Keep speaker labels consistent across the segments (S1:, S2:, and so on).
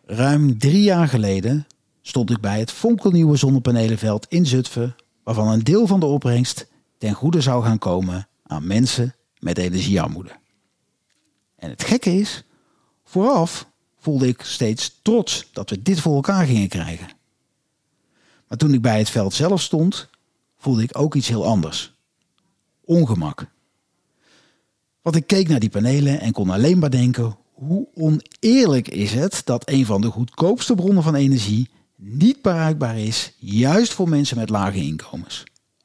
S1: Ruim 3 jaar geleden stond ik bij het fonkelnieuwe zonnepanelenveld in Zutphen, waarvan een deel van de opbrengst ten goede zou gaan komen aan mensen met energiearmoede. En het gekke is, vooraf voelde ik steeds trots dat we dit voor elkaar gingen krijgen. Maar toen ik bij het veld zelf stond, voelde ik ook iets heel anders. Ongemak. Want ik keek naar die panelen en kon alleen maar denken, hoe oneerlijk is het dat een van de goedkoopste bronnen van energie niet bereikbaar is, juist voor mensen met lage inkomens.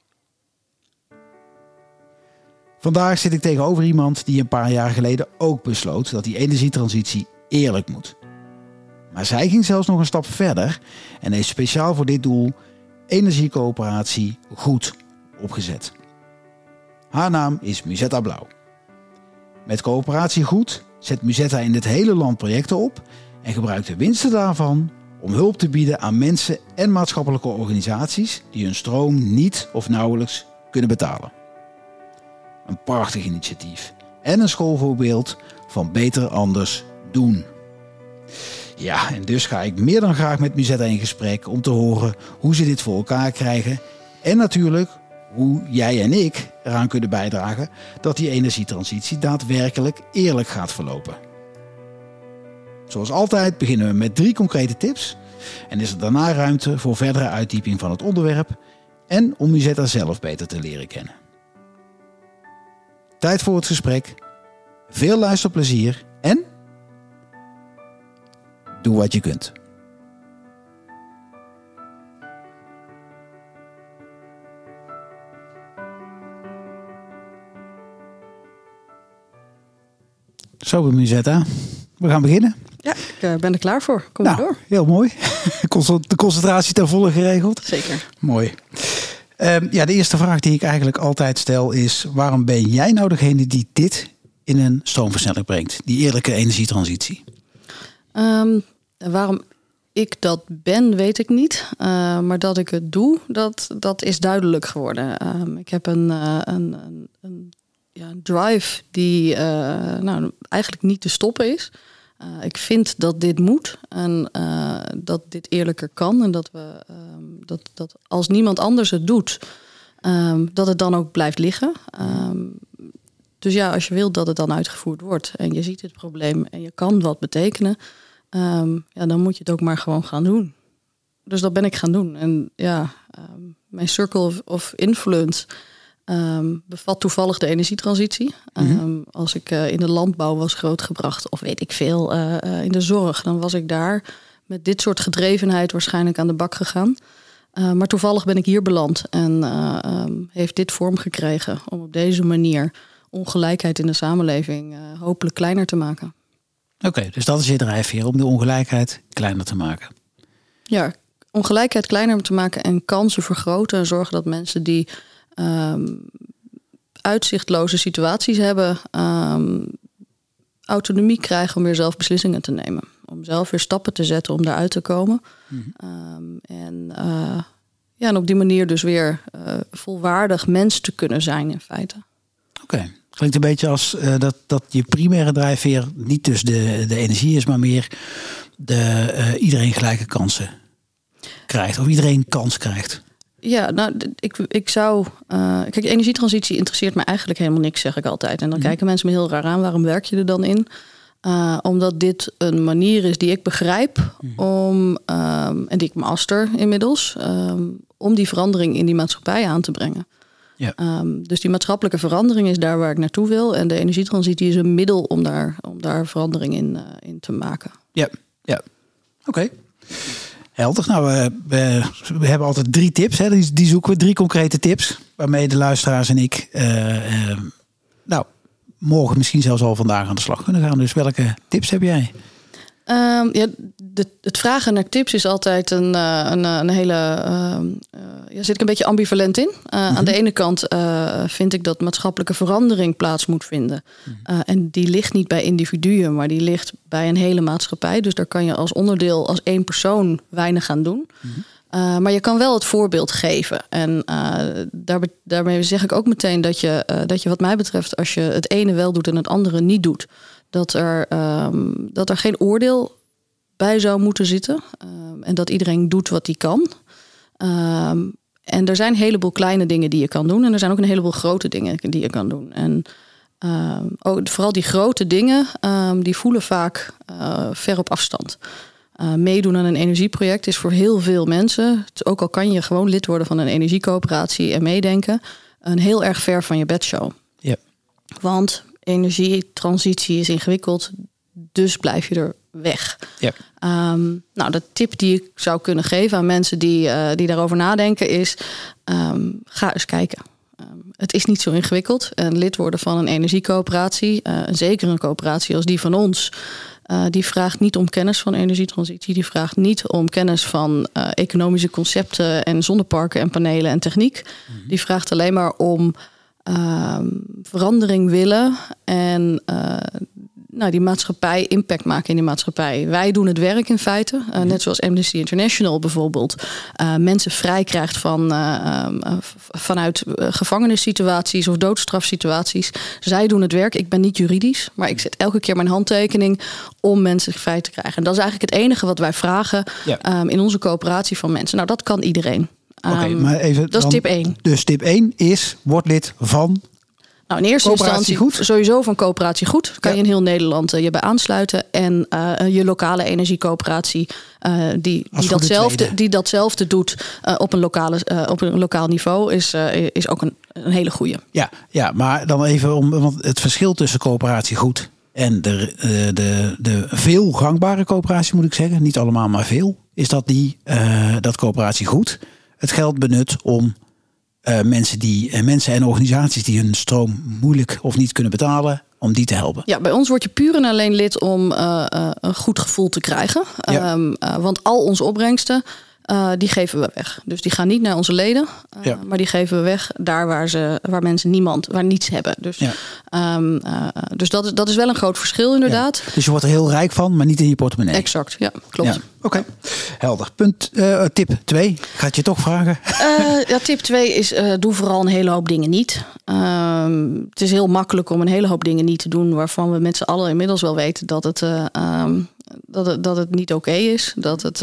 S1: Vandaag zit ik tegenover iemand die een paar jaar geleden ook besloot dat die energietransitie eerlijk moet. Maar zij ging zelfs nog een stap verder en heeft speciaal voor dit doel Energiecoöperatie Goed opgezet. Haar naam is Musetta Blauw. Met Coöperatie Goed zet Musetta in het hele land projecten op en gebruikt de winsten daarvan om hulp te bieden aan mensen en maatschappelijke organisaties die hun stroom niet of nauwelijks kunnen betalen. Een prachtig initiatief en een schoolvoorbeeld van beter anders doen. Ja, en dus ga ik meer dan graag met Musetta in gesprek om te horen hoe ze dit voor elkaar krijgen en natuurlijk hoe jij en ik eraan kunnen bijdragen dat die energietransitie daadwerkelijk eerlijk gaat verlopen. Zoals altijd beginnen we met 3 concrete tips en is er daarna ruimte voor verdere uitdieping van het onderwerp en om Musetta zelf beter te leren kennen. Tijd voor het gesprek, veel luisterplezier en doe wat je kunt. Zo, Musetta. We gaan beginnen.
S2: Ja, ik ben er klaar voor. Kom maar door.
S1: Heel mooi. De concentratie ten volle geregeld.
S2: Zeker.
S1: Mooi. De eerste vraag die ik eigenlijk altijd stel is, waarom ben jij nou degene die dit in een stroomversnelling brengt? Die eerlijke energietransitie.
S2: Waarom ik dat ben, weet ik niet. Maar dat ik het doe, dat is duidelijk geworden. Ik heb een drive die eigenlijk niet te stoppen is. Ik vind dat dit moet en dat dit eerlijker kan. En dat we dat als niemand anders het doet, dat het dan ook blijft liggen. Dus ja, als je wilt dat het dan uitgevoerd wordt en je ziet het probleem en je kan wat betekenen, dan moet je het ook maar gewoon gaan doen. Dus dat ben ik gaan doen. En mijn circle of influence bevat toevallig de energietransitie. Als ik in de landbouw was grootgebracht, of weet ik veel, in de zorg, dan was ik daar met dit soort gedrevenheid waarschijnlijk aan de bak gegaan. Maar toevallig ben ik hier beland en heeft dit vorm gekregen om op deze manier ongelijkheid in de samenleving hopelijk kleiner te maken.
S1: Oké, dus dat is je drijfveer om de ongelijkheid kleiner te maken.
S2: Ja, ongelijkheid kleiner te maken en kansen vergroten en zorgen dat mensen die uitzichtloze situaties hebben, autonomie krijgen om weer zelf beslissingen te nemen. Om zelf weer stappen te zetten om daaruit te komen. En op die manier dus weer volwaardig mens te kunnen zijn in feite.
S1: Oké. Klinkt een beetje als dat je primaire drijfveer niet dus de energie is, maar meer iedereen gelijke kansen krijgt. Of iedereen kans krijgt. Ja,
S2: nou, ik zou... Kijk, energietransitie interesseert me eigenlijk helemaal niks, zeg ik altijd. En dan kijken mensen me heel raar aan. Waarom werk je er dan in? Omdat dit een manier is die ik begrijp om, en die ik master inmiddels, om die verandering in die maatschappij aan te brengen. Ja. Dus die maatschappelijke verandering is daar waar ik naartoe wil. En de energietransitie is een middel om daar verandering in te maken.
S1: Ja. Oké. Helder. Nou, we hebben altijd 3 tips. Hè? Die zoeken we. 3 concrete tips. Waarmee de luisteraars en ik morgen misschien zelfs al vandaag aan de slag kunnen gaan. Dus welke tips heb jij?
S2: Het vragen naar tips is altijd een hele... zit ik een beetje ambivalent in. Aan de ene kant vind ik dat maatschappelijke verandering plaats moet vinden. En die ligt niet bij individuen, maar die ligt bij een hele maatschappij. Dus daar kan je als onderdeel, als 1 persoon weinig aan doen. Maar je kan wel het voorbeeld geven. En daarmee zeg ik ook meteen dat je wat mij betreft, als je het ene wel doet en het andere niet doet, dat er geen oordeel bij zou moeten zitten. En dat iedereen doet wat hij kan. En er zijn een heleboel kleine dingen die je kan doen. En er zijn ook een heleboel grote dingen die je kan doen. En vooral die grote dingen, die voelen vaak ver op afstand. Meedoen aan een energieproject is voor heel veel mensen, ook al kan je gewoon lid worden van een energiecoöperatie en meedenken, een heel erg ver van je bedshow.
S1: Yep.
S2: Want energietransitie is ingewikkeld, dus blijf je er weg.
S1: Yep.
S2: De tip die ik zou kunnen geven aan mensen die daarover nadenken is, ga eens kijken. Het is niet zo ingewikkeld. En lid worden van een energiecoöperatie, zeker een coöperatie als die van ons, die vraagt niet om kennis van energietransitie. Die vraagt niet om kennis van economische concepten en zonneparken en panelen en techniek. Mm-hmm. Die vraagt alleen maar om verandering willen en die maatschappij, impact maken in die maatschappij. Wij doen het werk in feite. Net zoals Amnesty International bijvoorbeeld mensen vrij krijgt vanuit gevangenissituaties of doodstrafsituaties. Zij doen het werk. Ik ben niet juridisch, maar ik zet elke keer mijn handtekening om mensen vrij te krijgen. En dat is eigenlijk het enige wat wij vragen in onze coöperatie van mensen. Nou, dat kan iedereen.
S1: Oké, maar even
S2: dat is tip 1.
S1: Dus tip 1 is, word lid van...
S2: Nou, in eerste instantie goed. Sowieso van coöperatie goed. Kan je in heel Nederland je bij aansluiten. En je lokale energiecoöperatie die datzelfde doet op een lokaal niveau is ook een hele goede.
S1: Ja, maar dan even want het verschil tussen coöperatie goed en de veel gangbare coöperatie, moet ik zeggen, niet allemaal, maar veel, is dat coöperatie goed het geld benut om mensen en organisaties die hun stroom moeilijk of niet kunnen betalen, om die te helpen.
S2: Ja, bij ons word je puur en alleen lid om een goed gevoel te krijgen. Ja. Want al onze opbrengsten, die geven we weg. Dus die gaan niet naar onze leden, maar die geven we weg daar waar niets hebben. Dus, dus dat is wel een groot verschil inderdaad.
S1: Ja. Dus je wordt er heel rijk van, maar niet in je portemonnee.
S2: Exact, ja, klopt. Ja.
S1: Oké, helder. Tip 2, ik ga het je toch vragen.
S2: Tip 2 is, doe vooral een hele hoop dingen niet. Het is heel makkelijk om een hele hoop dingen niet te doen, waarvan we met z'n allen inmiddels wel weten dat het niet oké is.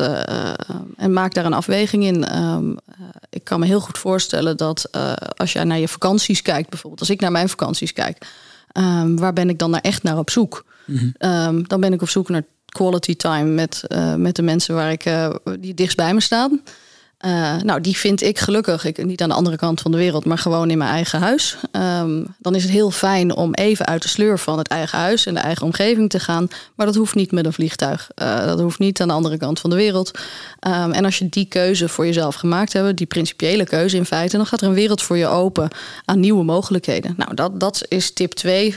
S2: En maak daar een afweging in. Ik kan me heel goed voorstellen dat als jij naar je vakanties kijkt, bijvoorbeeld, als ik naar mijn vakanties kijk, waar ben ik dan echt naar op zoek? Mm-hmm. Dan ben ik op zoek naar quality time met de mensen die dichtst bij me staan. Die vind ik gelukkig, niet aan de andere kant van de wereld, maar gewoon in mijn eigen huis. Dan is het heel fijn om even uit de sleur van het eigen huis en de eigen omgeving te gaan. Maar dat hoeft niet met een vliegtuig. Dat hoeft niet aan de andere kant van de wereld. En als je die keuze voor jezelf gemaakt hebt, die principiële keuze in feite, dan gaat er een wereld voor je open aan nieuwe mogelijkheden. Nou, dat is tip 2.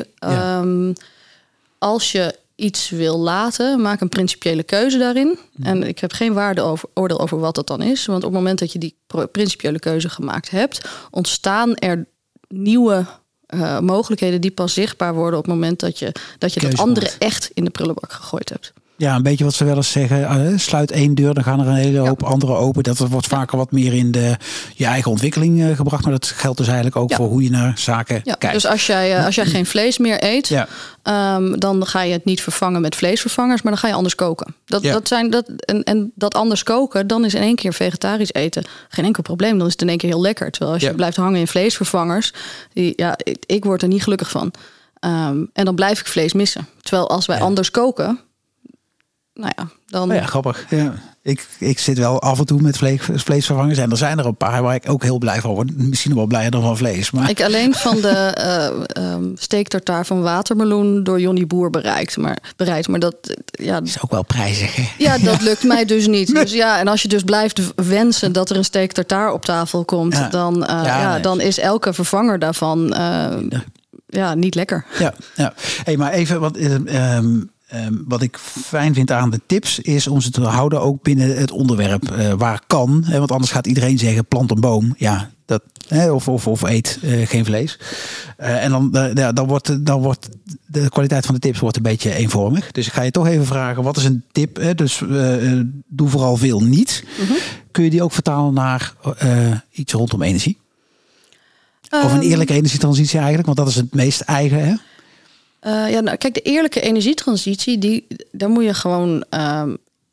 S2: Als je iets wil laten, maak een principiële keuze daarin. En ik heb geen oordeel over wat dat dan is. Want op het moment dat je die principiële keuze gemaakt hebt, ontstaan er nieuwe mogelijkheden die pas zichtbaar worden op het moment dat je dat andere echt in de prullenbak gegooid hebt.
S1: Ja, een beetje wat ze wel eens zeggen. Sluit 1 deur, dan gaan er een hele hoop andere open. Dat wordt vaker wat meer in je eigen ontwikkeling gebracht. Maar dat geldt dus eigenlijk ook voor hoe je naar zaken kijkt.
S2: Dus als jij geen vlees meer eet, dan ga je het niet vervangen met vleesvervangers, maar dan ga je anders koken. Dat anders koken, dan is in één keer vegetarisch eten geen enkel probleem. Dan is het in één keer heel lekker. Terwijl als je blijft hangen in vleesvervangers, ik word er niet gelukkig van. En dan blijf ik vlees missen. Terwijl als wij anders koken, dan...
S1: Ja, grappig. Ja. Ik zit wel af en toe met vleesvervangers. En er zijn er een paar waar ik ook heel blij van word. Misschien nog wel blijer dan van vlees. Maar...
S2: Ik alleen van de steektartaar van watermeloen door Johnny Boer bereid. Maar dat
S1: is ook wel prijzig. Hè?
S2: Ja, dat lukt mij dus niet. Dus en als je dus blijft wensen dat er een steektartaar op tafel komt, dan is elke vervanger daarvan niet lekker.
S1: Ja. Hey, maar even wat ik fijn vind aan de tips is om ze te houden ook binnen het onderwerp waar kan. Want anders gaat iedereen zeggen plant een boom. Ja, dat, of eet geen vlees. En dan wordt de kwaliteit van de tips wordt een beetje eenvormig. Dus ik ga je toch even vragen, wat is een tip? Dus doe vooral veel niet. Mm-hmm. Kun je die ook vertalen naar iets rondom energie? Of een eerlijke energietransitie eigenlijk? Want dat is het meest eigen, hè?
S2: Kijk, de eerlijke energietransitie, daar moet je gewoon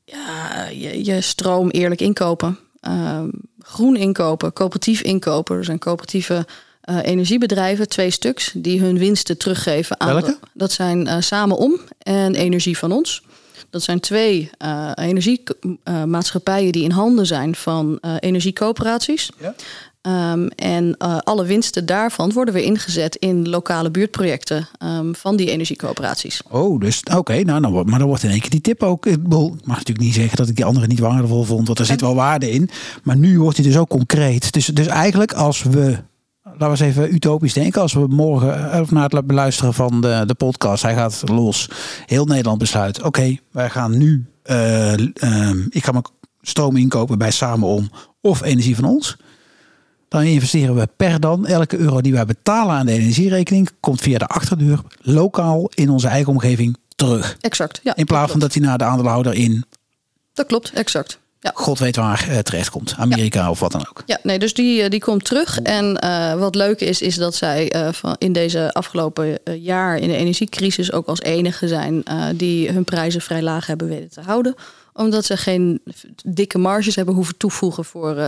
S2: je stroom eerlijk inkopen. Groen inkopen, coöperatief inkopen. Er zijn coöperatieve energiebedrijven, 2 stuks, die hun winsten teruggeven aan.
S1: Welke?
S2: Dat zijn Samenom en Energie van Ons. Dat zijn 2 energiemaatschappijen die in handen zijn van energiecoöperaties.
S1: Ja.
S2: En alle winsten daarvan worden weer ingezet in lokale buurtprojecten van die energiecoöperaties.
S1: Oh, dus oké. Maar dan wordt in één keer die tip ook. Ik mag natuurlijk niet zeggen dat ik die andere niet waardevol vond, want er zit wel waarde in. Maar nu wordt hij dus ook concreet. Dus eigenlijk als we, laten we eens even utopisch denken, als we morgen of na het beluisteren van de podcast, hij gaat los, heel Nederland besluit, oké, wij gaan nu, ik ga mijn stroom inkopen bij Samenom of Energie van Ons. Dan investeren we per dan elke euro die wij betalen aan de energierekening komt via de achterdeur lokaal in onze eigen omgeving terug.
S2: Exact. Ja,
S1: in plaats van dat hij naar de aandeelhouder in.
S2: Dat klopt, exact. Ja.
S1: God weet waar terechtkomt. Amerika of wat dan ook.
S2: Ja, nee, dus die komt terug. En wat leuk is dat zij in deze afgelopen jaar in de energiecrisis ook als enige zijn die hun prijzen vrij laag hebben weten te houden. Omdat ze geen dikke marges hebben hoeven toevoegen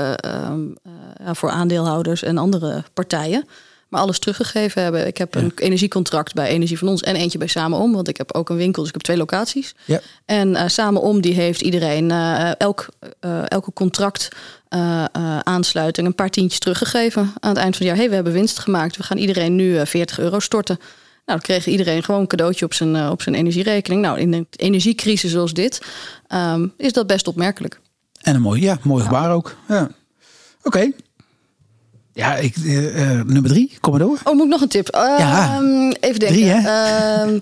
S2: voor aandeelhouders en andere partijen. Maar alles teruggegeven hebben. Ik heb een energiecontract bij Energie van Ons en eentje bij Samenom. Want ik heb ook een winkel, dus ik heb 2 locaties. Ja. En Samenom die heeft iedereen elke contract aansluiting een paar tientjes teruggegeven. Aan het eind van het jaar, we hebben winst gemaakt. We gaan iedereen nu €40 storten. Nou, dan kreeg iedereen gewoon een cadeautje op zijn energierekening. Nou, in een energiecrisis zoals dit is dat best opmerkelijk.
S1: En een mooi gebaar ook. Ja. Oké. Ja, nummer 3, kom maar door.
S2: Oh, moet ik nog een tip? Even denken.
S1: 3, hè?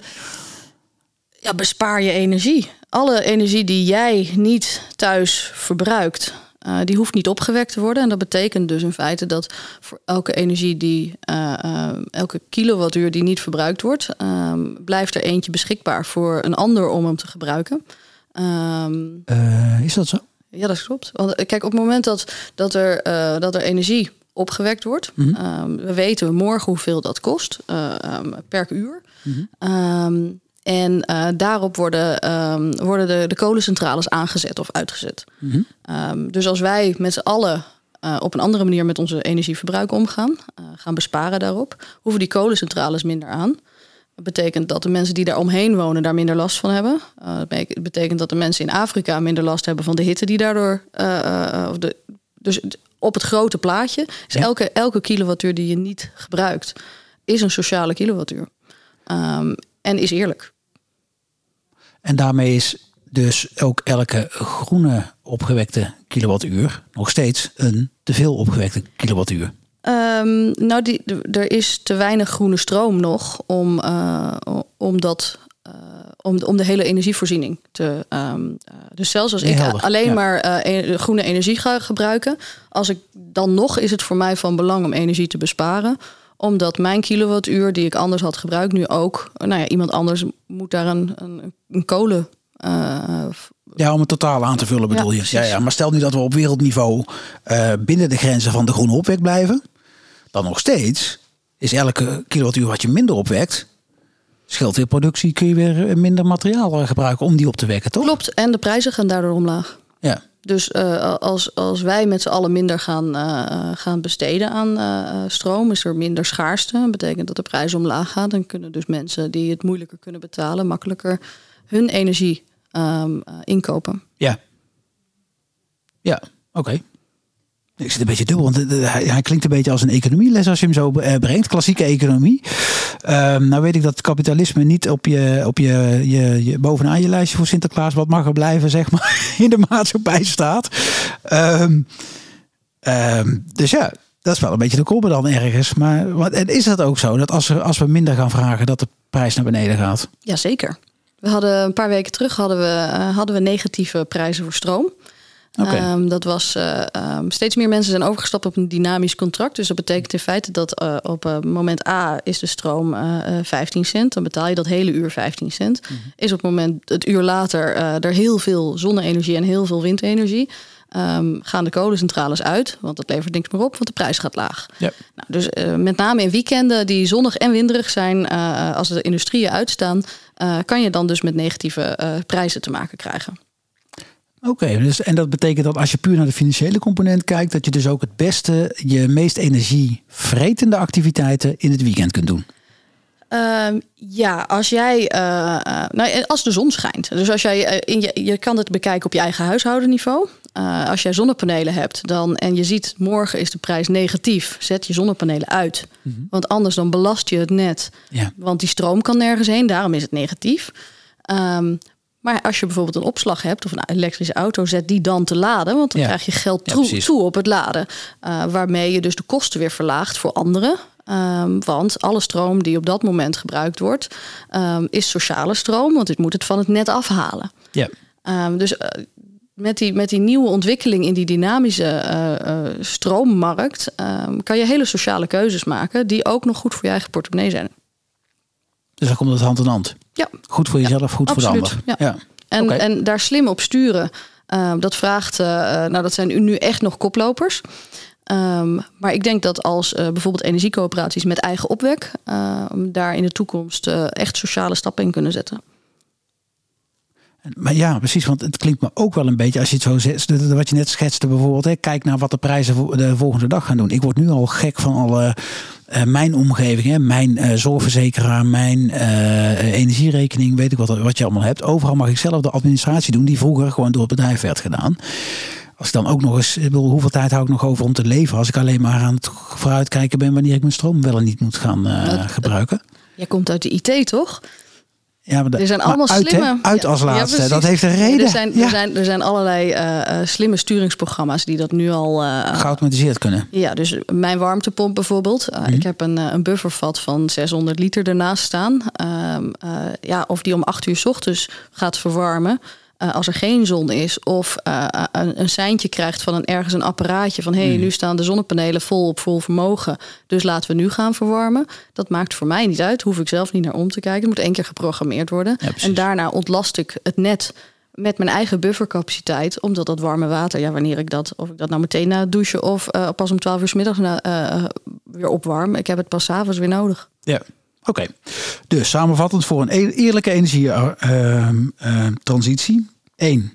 S2: Bespaar je energie. Alle energie die jij niet thuis verbruikt, die hoeft niet opgewekt te worden. En dat betekent dus in feite dat voor elke energie elke kilowattuur die niet verbruikt wordt, blijft er eentje beschikbaar voor een ander om hem te gebruiken.
S1: Is dat zo?
S2: Ja, dat klopt. Want kijk, op het moment dat er energie opgewekt wordt, we weten morgen hoeveel dat kost per uur. En daarop worden de kolencentrales aangezet of uitgezet. Dus als wij met z'n allen op een andere manier met onze energieverbruik omgaan, gaan besparen daarop, hoeven die kolencentrales minder aan. Dat betekent dat de mensen die daar omheen wonen daar minder last van hebben. Het betekent dat de mensen in Afrika minder last hebben van de hitte die daardoor. Dus op het grote plaatje is elke kilowattuur die je niet gebruikt, is een sociale kilowattuur. En is eerlijk. En
S1: daarmee is dus ook elke groene opgewekte kilowattuur nog steeds een te veel opgewekte kilowattuur.
S2: Er is te weinig groene stroom nog om de hele energievoorziening te. Dus zelfs als ik alleen maar groene energie ga gebruiken, als ik dan nog, is het voor mij van belang om energie te besparen, omdat mijn kilowattuur die ik anders had gebruikt nu ook, iemand anders moet daar een kolen.
S1: Om het totaal aan te vullen bedoel je. Ja, maar stel nu dat we op wereldniveau binnen de grenzen van de groene opwek blijven, dan nog steeds is elke kilowattuur wat je minder opwekt, scheelt weer productie, kun je weer minder materiaal gebruiken om die op te wekken, toch?
S2: Klopt, en de prijzen gaan daardoor omlaag. Ja. Dus als wij met z'n allen minder gaan besteden aan stroom, is er minder schaarste. Dat betekent dat de prijs omlaag gaat. Dan kunnen dus mensen die het moeilijker kunnen betalen, makkelijker hun energie inkopen. Ja, oké. Ik zit een beetje dubbel, want hij klinkt een beetje als een economieles als je hem zo brengt. Klassieke economie. Nou weet ik dat het kapitalisme niet op je bovenaan je lijstje voor Sinterklaas wat mag er blijven, zeg maar, in de maatschappij staat. Dus ja, dat is wel een beetje de krobbe dan ergens. Maar is dat ook zo, dat als we minder gaan vragen, dat de prijs naar beneden gaat? Jazeker. We hadden een paar weken terug hadden we negatieve prijzen voor stroom. Okay. Dat was steeds meer mensen zijn overgestapt op een dynamisch contract. Dus dat betekent in feite dat op moment A is de stroom 15 cent. Dan betaal je dat hele uur 15 cent. Is op het uur later er heel veel zonne-energie en heel veel windenergie. Gaan de kolencentrales uit, want dat levert niks meer op, want de prijs gaat laag. Yep. Nou, dus met name in weekenden die zonnig en winderig zijn, als de industrieën uitstaan, kan je dan dus met negatieve prijzen te maken krijgen.
S1: Oké, dus en dat betekent dat als je puur naar de financiële component kijkt, dat je dus ook het beste, je meest energievretende activiteiten in het weekend kunt doen.
S2: Als jij, als de zon schijnt. Dus als jij, je kan het bekijken op je eigen huishoudenniveau. Als jij zonnepanelen hebt en je ziet morgen is de prijs negatief, zet je zonnepanelen uit. Mm-hmm. Want anders dan belast je het net. Ja. Want die stroom kan nergens heen, daarom is het negatief. Maar als je bijvoorbeeld een opslag hebt of een elektrische auto, zet die dan te laden. Want dan krijg je geld toe op het laden. Waarmee je dus de kosten weer verlaagt voor anderen. Want alle stroom die op dat moment gebruikt wordt, is sociale stroom. Want dit moet het van het net afhalen. Ja. Dus met die nieuwe ontwikkeling in die dynamische stroommarkt kan je hele sociale keuzes maken die ook nog goed voor je eigen portemonnee zijn.
S1: Dus dan komt het hand in hand. Ja. Goed voor jezelf, goed absoluut. Voor de ander. Ja.
S2: En daar slim op sturen, dat vraagt, dat zijn nu echt nog koplopers. Maar ik denk dat als bijvoorbeeld energiecoöperaties met eigen opwek daar in de toekomst echt sociale stappen in kunnen zetten.
S1: Maar ja, precies, want het klinkt me ook wel een beetje, als je het zo zegt, wat je net schetste bijvoorbeeld, kijk naar wat de prijzen de volgende dag gaan doen. Ik word nu al gek van alle mijn omgeving, mijn zorgverzekeraar, mijn energierekening, weet ik wat je allemaal hebt. Overal mag ik zelf de administratie doen die vroeger gewoon door het bedrijf werd gedaan. Als ik dan ook nog eens, hoeveel tijd hou ik nog over om te leven als ik alleen maar aan het vooruitkijken ben wanneer ik mijn stroom wel en niet moet gaan gebruiken.
S2: Jij komt uit de IT, toch?
S1: Ja, maar
S2: er zijn allemaal slimme...
S1: Uit als laatste, ja, dat heeft een reden.
S2: Er zijn allerlei slimme sturingsprogramma's die dat nu al...
S1: geautomatiseerd kunnen.
S2: Ja, dus mijn warmtepomp bijvoorbeeld. Ik heb een buffervat van 600 liter ernaast staan. Of die om 8 uur 's ochtends gaat verwarmen. Als er geen zon is of een seintje krijgt van ergens een apparaatje van nu staan de zonnepanelen vol op vol vermogen, dus laten we nu gaan verwarmen. Dat maakt voor mij niet uit, hoef ik zelf niet naar om te kijken. Het moet 1 keer geprogrammeerd worden. Ja, en daarna ontlast ik het net met mijn eigen buffercapaciteit, omdat dat warme water, wanneer ik dat, of ik dat nou meteen na het douchen of pas om 12 uur 's middags weer opwarm, ik heb het pas 's avonds weer nodig.
S1: Ja. Oké. Dus samenvattend voor een eerlijke energietransitie. 1.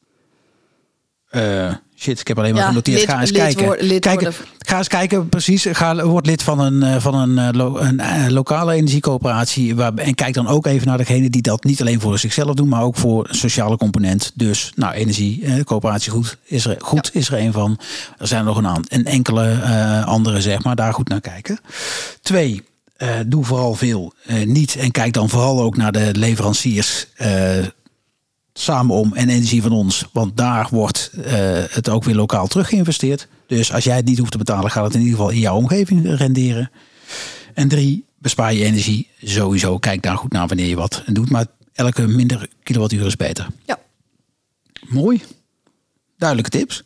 S1: Ik heb alleen maar genoteerd. Ga eens kijken. Ga eens kijken, precies. Word lid van een lokale energiecoöperatie. En kijk dan ook even naar degene die dat niet alleen voor zichzelf doen, maar ook voor een sociale component. Dus, energiecoöperatie is er een van. Er zijn er nog een enkele andere, zeg maar. Daar goed naar kijken. 2. Doe vooral veel niet. En kijk dan vooral ook naar de leveranciers samenom en energie van ons. Want daar wordt het ook weer lokaal terug geïnvesteerd. Dus als jij het niet hoeft te betalen, gaat het in ieder geval in jouw omgeving renderen. En 3, bespaar je energie sowieso. Kijk daar goed naar wanneer je wat doet. Maar elke minder kilowattuur is beter. Ja. Mooi. Duidelijke tips.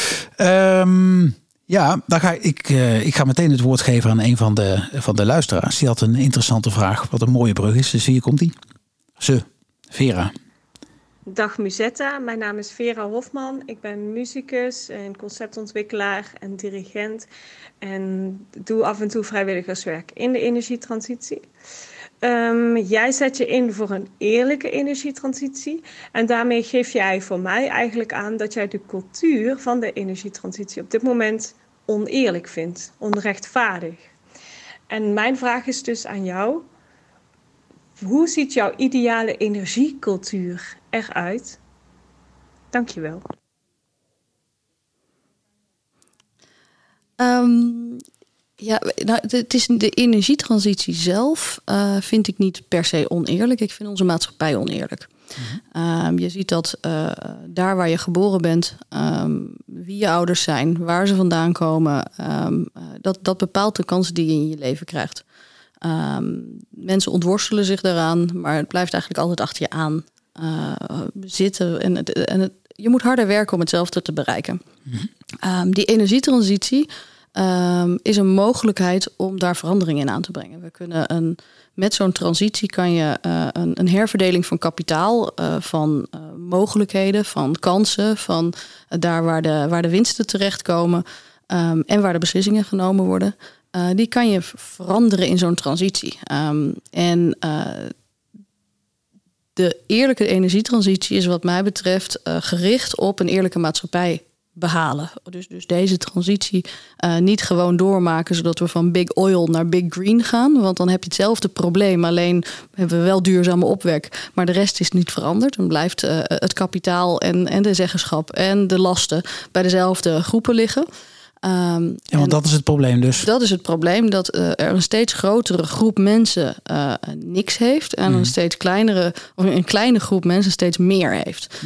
S1: Dan ga ik ga meteen het woord geven aan een van de luisteraars. Die had een interessante vraag, wat een mooie brug is. Dus hier komt die. Vera.
S3: Dag Musetta, mijn naam is Vera Hofman. Ik ben muzikus en conceptontwikkelaar en dirigent. En doe af en toe vrijwilligerswerk in de energietransitie. Jij zet je in voor een eerlijke energietransitie. En daarmee geef jij voor mij eigenlijk aan dat jij de cultuur van de energietransitie op dit moment oneerlijk vindt, onrechtvaardig. En mijn vraag is dus aan jou: hoe ziet jouw ideale energiecultuur eruit? Dank je wel.
S2: Het is de energietransitie zelf vind ik niet per se oneerlijk. Ik vind onze maatschappij oneerlijk. Mm-hmm. Je ziet dat daar waar je geboren bent, wie je ouders zijn, waar ze vandaan komen, dat bepaalt de kansen die je in je leven krijgt. Mensen ontworstelen zich daaraan, maar het blijft eigenlijk altijd achter je aan zitten. Je moet harder werken om hetzelfde te bereiken. Mm-hmm. Die energietransitie is een mogelijkheid om daar verandering in aan te brengen. We kunnen met zo'n transitie kan je een herverdeling van kapitaal, van mogelijkheden, van kansen, van daar waar de winsten terechtkomen en waar de beslissingen genomen worden, die kan je veranderen in zo'n transitie. de eerlijke energietransitie is wat mij betreft gericht op een eerlijke maatschappij behalen. Dus deze transitie niet gewoon doormaken zodat we van big oil naar big green gaan. Want dan heb je hetzelfde probleem. Alleen hebben we wel duurzame opwek. Maar de rest is niet veranderd. Dan blijft het kapitaal en de zeggenschap en de lasten bij dezelfde groepen liggen.
S1: Want dat is het probleem dus.
S2: Dat is het probleem, dat er een steeds grotere groep mensen niks heeft. En een kleine groep mensen steeds meer heeft.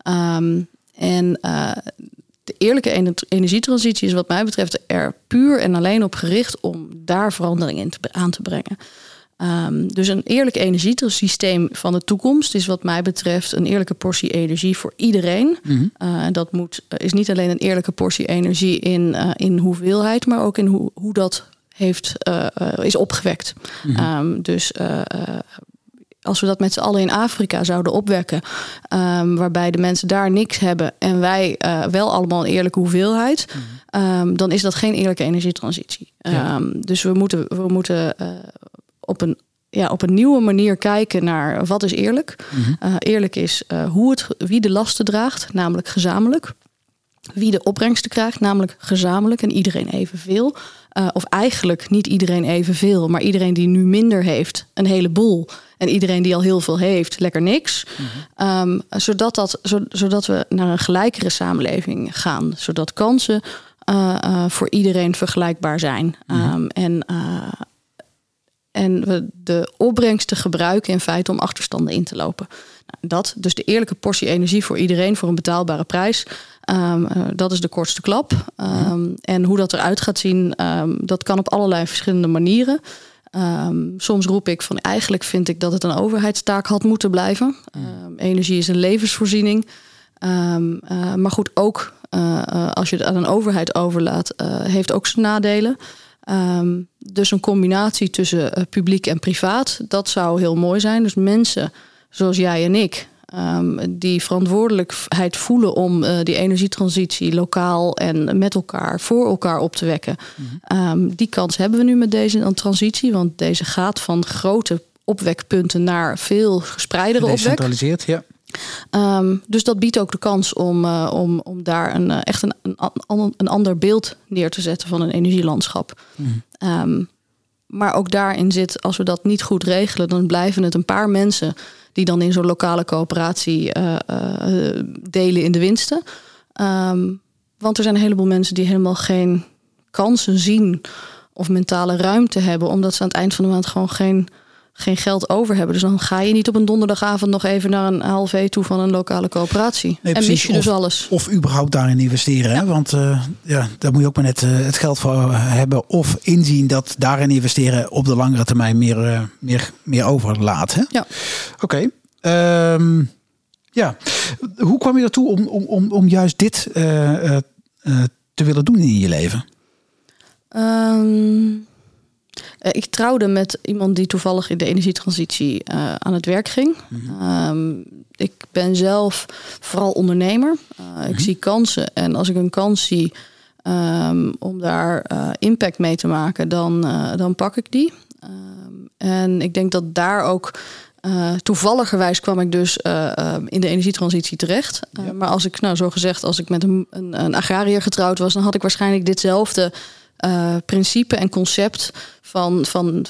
S2: De eerlijke energietransitie is wat mij betreft er puur en alleen op gericht om daar verandering aan te brengen. Dus een eerlijk energiesysteem van de toekomst is wat mij betreft een eerlijke portie energie voor iedereen. Dat is niet alleen een eerlijke portie energie in hoeveelheid, maar ook in hoe dat is opgewekt. Als we dat met z'n allen in Afrika zouden opwekken, waarbij de mensen daar niks hebben en wij wel allemaal een eerlijke hoeveelheid, dan is dat geen eerlijke energietransitie. Dus we moeten op een nieuwe manier kijken naar wat is eerlijk. Eerlijk is wie de lasten draagt, namelijk gezamenlijk. Wie de opbrengsten krijgt, namelijk gezamenlijk en iedereen evenveel. Of eigenlijk niet iedereen evenveel, maar iedereen die nu minder heeft, een heleboel. En iedereen die al heel veel heeft, lekker niks. Zodat we naar een gelijkere samenleving gaan. Zodat kansen voor iedereen vergelijkbaar zijn. En we de opbrengsten gebruiken in feite om achterstanden in te lopen. Dus de eerlijke portie energie voor iedereen voor een betaalbare prijs. Dat is de kortste klap. En hoe dat eruit gaat zien, dat kan op allerlei verschillende manieren. Soms roep ik van eigenlijk vind ik dat het een overheidstaak had moeten blijven. Energie is een levensvoorziening. Maar goed, ook als je het aan een overheid overlaat, heeft ook zijn nadelen. Dus een combinatie tussen publiek en privaat, dat zou heel mooi zijn. Dus mensen zoals jij en ik, die verantwoordelijkheid voelen om die energietransitie lokaal en met elkaar, voor elkaar op te wekken. Die kans hebben we nu met deze transitie, want deze gaat van grote opwekpunten naar veel gespreidere opwek.
S1: Gedecentraliseerd, ja.
S2: Dus dat biedt ook de kans om daar echt een ander beeld neer te zetten van een energielandschap. Maar ook daarin zit, als we dat niet goed regelen, dan blijven het een paar mensen die dan in zo'n lokale coöperatie delen in de winsten. Want er zijn een heleboel mensen die helemaal geen kansen zien of mentale ruimte hebben, omdat ze aan het eind van de maand gewoon geen geld over hebben. Dus dan ga je niet op een donderdagavond nog even naar een HLV toe van een lokale coöperatie. Nee, en mis je dus alles.
S1: Of überhaupt daarin investeren. Ja. Hè? Want daar moet je ook maar net het geld voor hebben. Of inzien dat daarin investeren op de langere termijn meer overlaat. Hè?
S2: Ja.
S1: Oké. Hoe kwam je ertoe om juist dit te willen doen in je leven?
S2: Ik trouwde met iemand die toevallig in de energietransitie aan het werk ging. Ik ben zelf vooral ondernemer. Ik zie kansen. En als ik een kans zie om daar impact mee te maken, dan pak ik die. En ik denk dat daar ook toevalligerwijs kwam ik dus in de energietransitie terecht. Maar als ik, als ik met een agrariër getrouwd was, dan had ik waarschijnlijk ditzelfde principe en concept van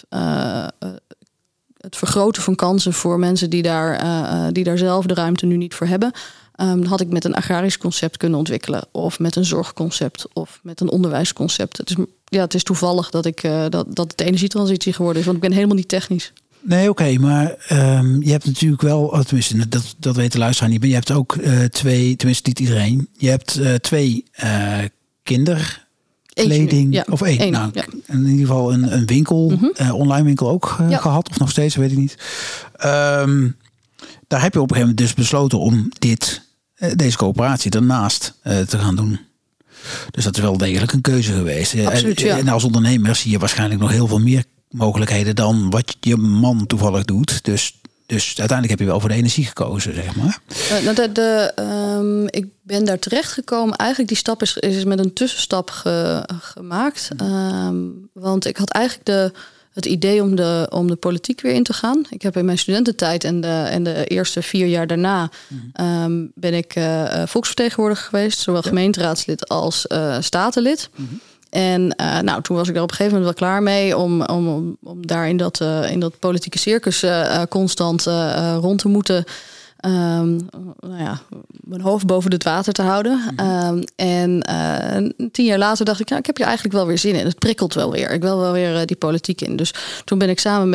S2: het vergroten van kansen voor mensen die daar zelf de ruimte nu niet voor hebben. Had ik met een agrarisch concept kunnen ontwikkelen, of met een zorgconcept, of met een onderwijsconcept. Het is toevallig dat het de energietransitie geworden is, want ik ben helemaal niet technisch.
S1: Nee, oké, maar je hebt natuurlijk wel, tenminste, dat weet de luisteraar niet, maar je hebt ook twee, tenminste niet iedereen, je hebt twee kinderen. Kleding,
S2: ja,
S1: of één. Nou, ja. In ieder geval een winkel, online winkel ook gehad, of nog steeds, weet ik niet. Daar heb je op een gegeven moment dus besloten om deze coöperatie daarnaast te gaan doen. Dus dat is wel degelijk een keuze geweest.
S2: Absoluut, ja.
S1: En als ondernemer zie je waarschijnlijk nog heel veel meer mogelijkheden dan wat je man toevallig doet. Dus uiteindelijk heb je wel voor de energie gekozen, zeg maar.
S2: Ik ben daar terecht gekomen. Eigenlijk die stap is met een tussenstap gemaakt. Want ik had eigenlijk het idee om de politiek weer in te gaan. Ik heb in mijn studententijd en de eerste 4 jaar daarna ben ik volksvertegenwoordiger geweest, zowel gemeenteraadslid als statenlid. En toen was ik er op een gegeven moment wel klaar mee om daar in dat politieke circus constant rond te moeten. Mijn hoofd boven het water te houden. 10 jaar later dacht ik, ik heb hier eigenlijk wel weer zin in. Het prikkelt wel weer. Ik wil wel weer die politiek in. Dus toen ben ik samen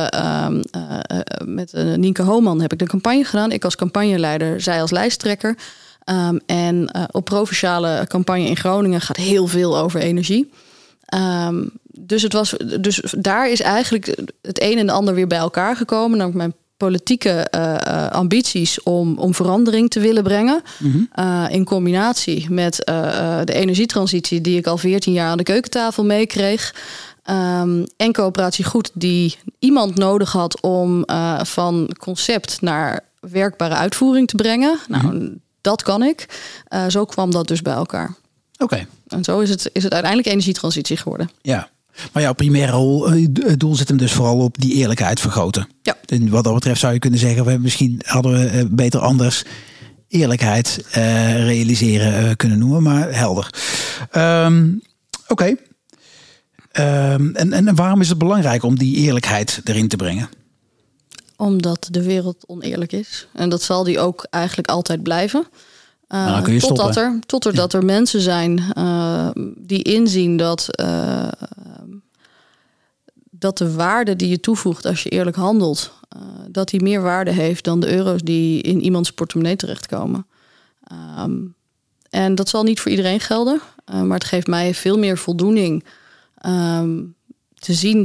S2: met Nienke Hooman heb ik de campagne gedaan. Ik als campagneleider, zij als lijsttrekker. Op provinciale campagne in Groningen gaat heel veel over energie. Dus daar is eigenlijk het een en de ander weer bij elkaar gekomen. Namelijk mijn politieke ambities om verandering te willen brengen. In combinatie met de energietransitie die ik al 14 jaar aan de keukentafel meekreeg. En Coöperatie Goed die iemand nodig had om van concept naar werkbare uitvoering te brengen. Dat kan ik. Zo kwam dat dus bij elkaar.
S1: Oké.
S2: En zo is het uiteindelijk energietransitie geworden.
S1: Ja. Maar jouw primaire doel zit hem dus vooral op die eerlijkheid vergroten. Ja. En wat dat betreft zou je kunnen zeggen, misschien hadden we beter anders eerlijkheid realiseren kunnen noemen, maar helder. Oké. En waarom is het belangrijk om die eerlijkheid erin te brengen?
S2: Omdat de wereld oneerlijk is. En dat zal die ook eigenlijk altijd blijven.
S1: Dan kun je stoppen.
S2: Totdat er mensen zijn die inzien dat de waarde die je toevoegt als je eerlijk handelt, dat die meer waarde heeft dan de euro's die in iemands portemonnee terechtkomen. En dat zal niet voor iedereen gelden. Maar het geeft mij veel meer voldoening te zien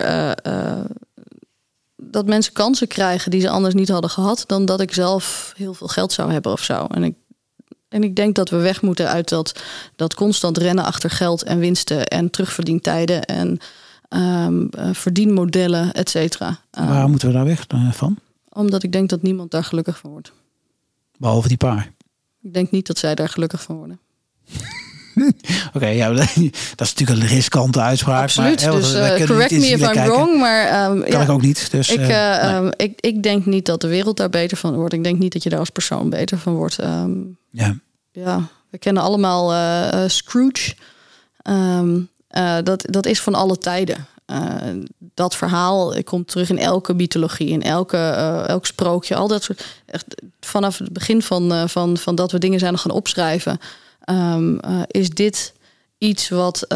S2: dat mensen kansen krijgen die ze anders niet hadden gehad, dan dat ik zelf heel veel geld zou hebben of zo. En ik denk dat we weg moeten uit dat constant rennen achter geld en winsten en terugverdientijden en verdienmodellen, et cetera.
S1: Waar moeten we daar weg van?
S2: Omdat ik denk dat niemand daar gelukkig van wordt.
S1: Behalve die paar.
S2: Ik denk niet dat zij daar gelukkig van worden.
S1: Oké, dat is natuurlijk een riskante uitspraak.
S2: Absoluut,
S1: maar,
S2: dus correct me if I'm wrong. Maar
S1: kan ik ook niet. Dus,
S2: ik denk niet dat de wereld daar beter van wordt. Ik denk niet dat je daar als persoon beter van wordt. We kennen allemaal Scrooge. Dat is van alle tijden. Dat verhaal komt terug in elke mythologie, in elk sprookje. Al dat soort, echt, vanaf het begin van dat we dingen zijn gaan opschrijven, is dit iets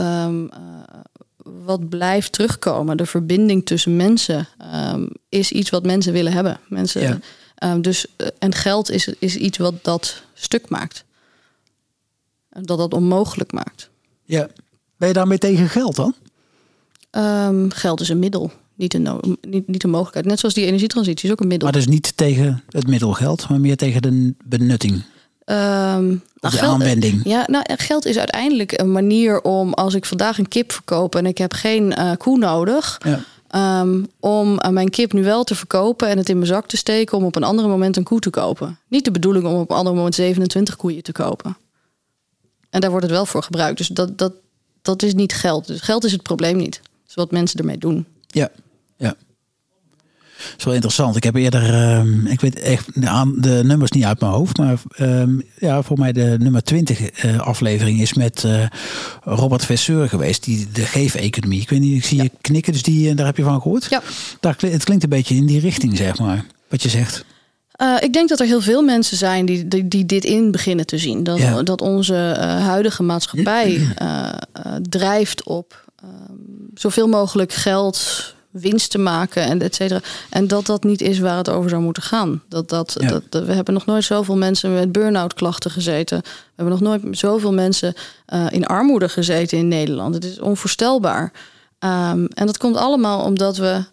S2: wat blijft terugkomen. De verbinding tussen mensen is iets wat mensen willen hebben. Mensen, en geld is iets wat dat stuk maakt. Dat onmogelijk maakt. Ja.
S1: Ben je daarmee tegen geld dan?
S2: Geld is een middel, niet een mogelijkheid. Net zoals die energietransitie is ook een middel.
S1: Maar dus niet tegen het middel geld, maar meer tegen de benutting? De aanwending?
S2: Geld is uiteindelijk een manier om, als ik vandaag een kip verkoop en ik heb geen koe nodig, om mijn kip nu wel te verkopen en het in mijn zak te steken om op een ander moment een koe te kopen. Niet de bedoeling om op een ander moment 27 koeien te kopen. En daar wordt het wel voor gebruikt. Dus dat is niet geld. Dus geld is het probleem niet. Dat is wat mensen ermee doen. Ja.
S1: Dat is wel interessant. Ik heb eerder, ik weet echt de nummers niet uit mijn hoofd, maar voor mij de nummer 20 aflevering is met Robert Vesseur geweest, die de geef-economie. Ik weet niet, ik zie je knikken, dus daar heb je van gehoord? Ja. Het klinkt een beetje in die richting, zeg maar, wat je zegt.
S2: Ik denk dat er heel veel mensen zijn die dit in beginnen te zien. Dat onze huidige maatschappij drijft op zoveel mogelijk geld, winst te maken en et cetera. En dat niet is waar het over zou moeten gaan. We hebben nog nooit zoveel mensen met burn-out klachten gezeten. We hebben nog nooit zoveel mensen in armoede gezeten in Nederland. Het is onvoorstelbaar. En dat komt allemaal omdat we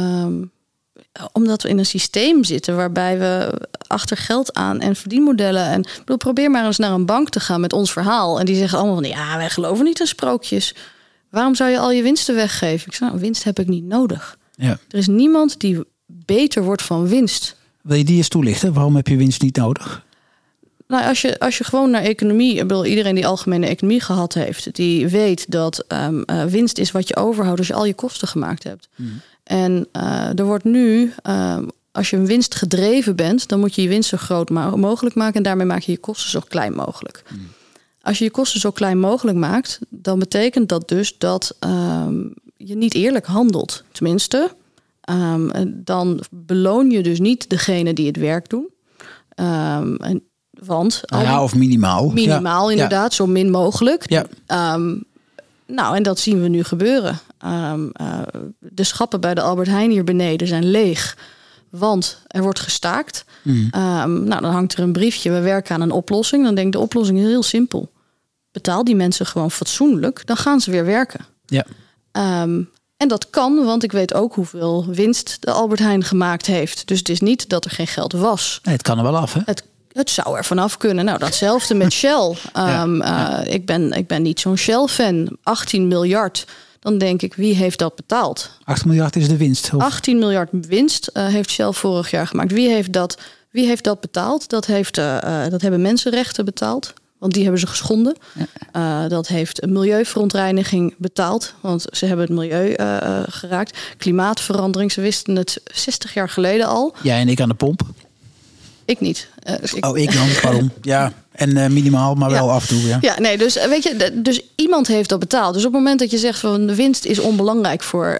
S2: in een systeem zitten waarbij we achter geld aan en verdienmodellen. En probeer maar eens naar een bank te gaan met ons verhaal. En die zeggen allemaal van wij geloven niet in sprookjes. Waarom zou je al je winsten weggeven? Ik zeg, winst heb ik niet nodig. Ja. Er is niemand die beter wordt van winst.
S1: Wil je die eens toelichten? Waarom heb je winst niet nodig?
S2: Nou, als je gewoon naar economie... Ik bedoel, iedereen die algemene economie gehad heeft... die weet dat winst is wat je overhoudt... als je al je kosten gemaakt hebt. En er wordt nu... als je een winst gedreven bent... dan moet je je winst zo groot mogelijk maken... en daarmee maak je je kosten zo klein mogelijk. Als je je kosten zo klein mogelijk maakt... dan betekent dat dus dat je niet eerlijk handelt. Tenminste, dan beloon je dus niet degene die het werk doen... Want
S1: of minimaal.
S2: Minimaal, inderdaad, zo min mogelijk.
S1: Ja.
S2: En dat zien we nu gebeuren. De schappen bij de Albert Heijn hier beneden zijn leeg. Want er wordt gestaakt. Dan hangt er een briefje, we werken aan een oplossing. Dan denk ik, de oplossing is heel simpel. Betaal die mensen gewoon fatsoenlijk, dan gaan ze weer werken. Ja. En dat kan, want ik weet ook hoeveel winst de Albert Heijn gemaakt heeft. Dus het is niet dat er geen geld was.
S1: Nee, het kan er wel af, hè?
S2: Het zou er vanaf kunnen. Nou, datzelfde met Shell. Ik ben niet zo'n Shell-fan. 18 miljard. Dan denk ik, wie heeft dat betaald?
S1: 8 miljard is de winst.
S2: 18 miljard winst heeft Shell vorig jaar gemaakt. Wie heeft dat betaald? Dat hebben mensenrechten betaald. Want die hebben ze geschonden. Dat heeft milieuverontreiniging betaald. Want ze hebben het milieu geraakt. Klimaatverandering, ze wisten het 60 jaar geleden al.
S1: Jij en ik aan de pomp.
S2: Ik niet.
S1: Ik dan, pardon. Ja, en minimaal, maar wel af en toe.
S2: Ja, nee, dus weet je, dus iemand heeft dat betaald. Dus op het moment dat je zegt van de winst is onbelangrijk voor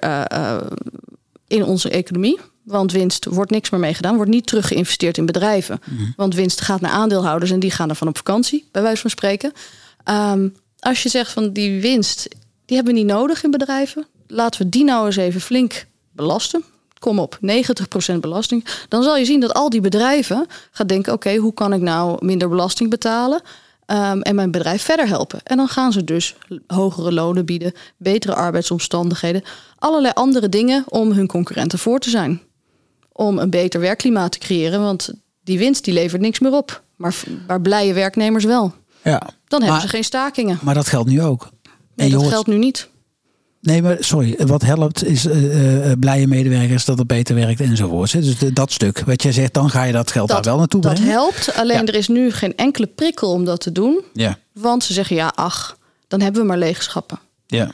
S2: in onze economie. Want winst wordt niks meer mee gedaan. Wordt niet terug geïnvesteerd in bedrijven. Want winst gaat naar aandeelhouders en die gaan ervan op vakantie, bij wijze van spreken. Als je zegt van die winst, die hebben we niet nodig in bedrijven. Laten we die nou eens even flink belasten. Kom op, 90% belasting. Dan zal je zien dat al die bedrijven gaan denken... oké, hoe kan ik nou minder belasting betalen... en mijn bedrijf verder helpen. En dan gaan ze dus hogere lonen bieden... betere arbeidsomstandigheden... allerlei andere dingen om hun concurrenten voor te zijn. Om een beter werkklimaat te creëren... want die winst die levert niks meer op. Maar blije werknemers wel. Ja, dan hebben ze geen stakingen.
S1: Maar dat geldt nu ook.
S2: Nee, dat geldt nu niet.
S1: Nee, maar sorry. Wat helpt is blije medewerkers dat het beter werkt enzovoort. Dus dat stuk. Wat jij zegt, dan ga je dat geld daar wel naartoe brengen.
S2: Dat helpt. Alleen er is nu geen enkele prikkel om dat te doen. Ja. Want ze zeggen dan hebben we maar leegschappen. Ja.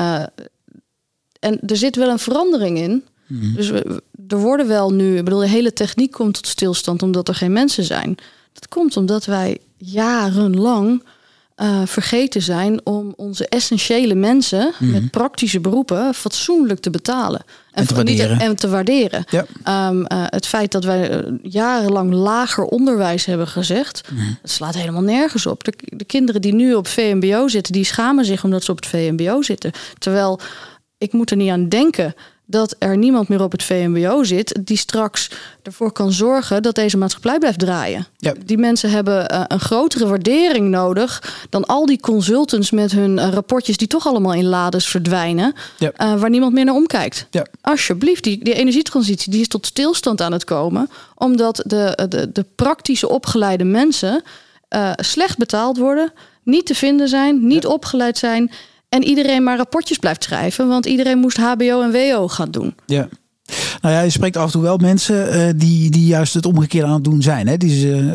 S2: En er zit wel een verandering in. Dus er worden wel nu... Ik bedoel, de hele techniek komt tot stilstand omdat er geen mensen zijn. Dat komt omdat wij jarenlang... vergeten zijn om onze essentiële mensen met praktische beroepen fatsoenlijk te betalen. En te waarderen. Ja. Het feit dat wij jarenlang lager onderwijs hebben gezegd, het slaat helemaal nergens op. De kinderen die nu op VMBO zitten, die schamen zich omdat ze op het VMBO zitten. Terwijl, ik moet er niet aan denken dat er niemand meer op het VMBO zit die straks ervoor kan zorgen dat deze maatschappij blijft draaien. Ja. Die mensen hebben een grotere waardering nodig dan al die consultants met hun rapportjes die toch allemaal in lades verdwijnen, waar niemand meer naar omkijkt. Ja. Alsjeblieft, die energietransitie die is tot stilstand aan het komen, omdat de praktische opgeleide mensen slecht betaald worden, niet te vinden zijn, niet opgeleid zijn. En iedereen maar rapportjes blijft schrijven. Want iedereen moest HBO en WO gaan doen. Ja.
S1: Nou ja, je spreekt af en toe wel mensen die juist het omgekeerde aan het doen zijn. Hè?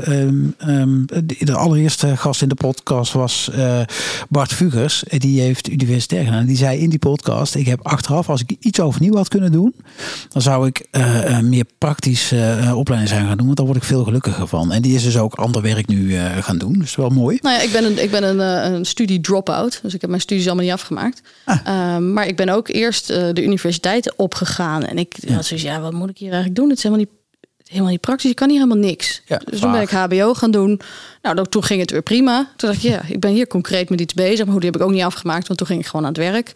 S1: De allereerste gast in de podcast was Bart Vugers. Die heeft universitair gedaan. Die zei in die podcast, ik heb achteraf, als ik iets overnieuw had kunnen doen, dan zou ik meer praktische opleiding zijn gaan doen. Want daar word ik veel gelukkiger van. En die is dus ook ander werk nu gaan doen. Dus wel mooi.
S2: Nou ja, ik ben een studie drop-out. Dus ik heb mijn studies allemaal niet afgemaakt. Maar ik ben ook eerst de universiteit opgegaan. En ik had zoiets, wat moet ik hier eigenlijk doen? Het is helemaal niet praktisch. Ik kan hier helemaal niks. Ja, dus toen ben ik HBO gaan doen. Nou, toen ging het weer prima. Toen dacht ik, ik ben hier concreet met iets bezig. Maar die heb ik ook niet afgemaakt, want toen ging ik gewoon aan het werk.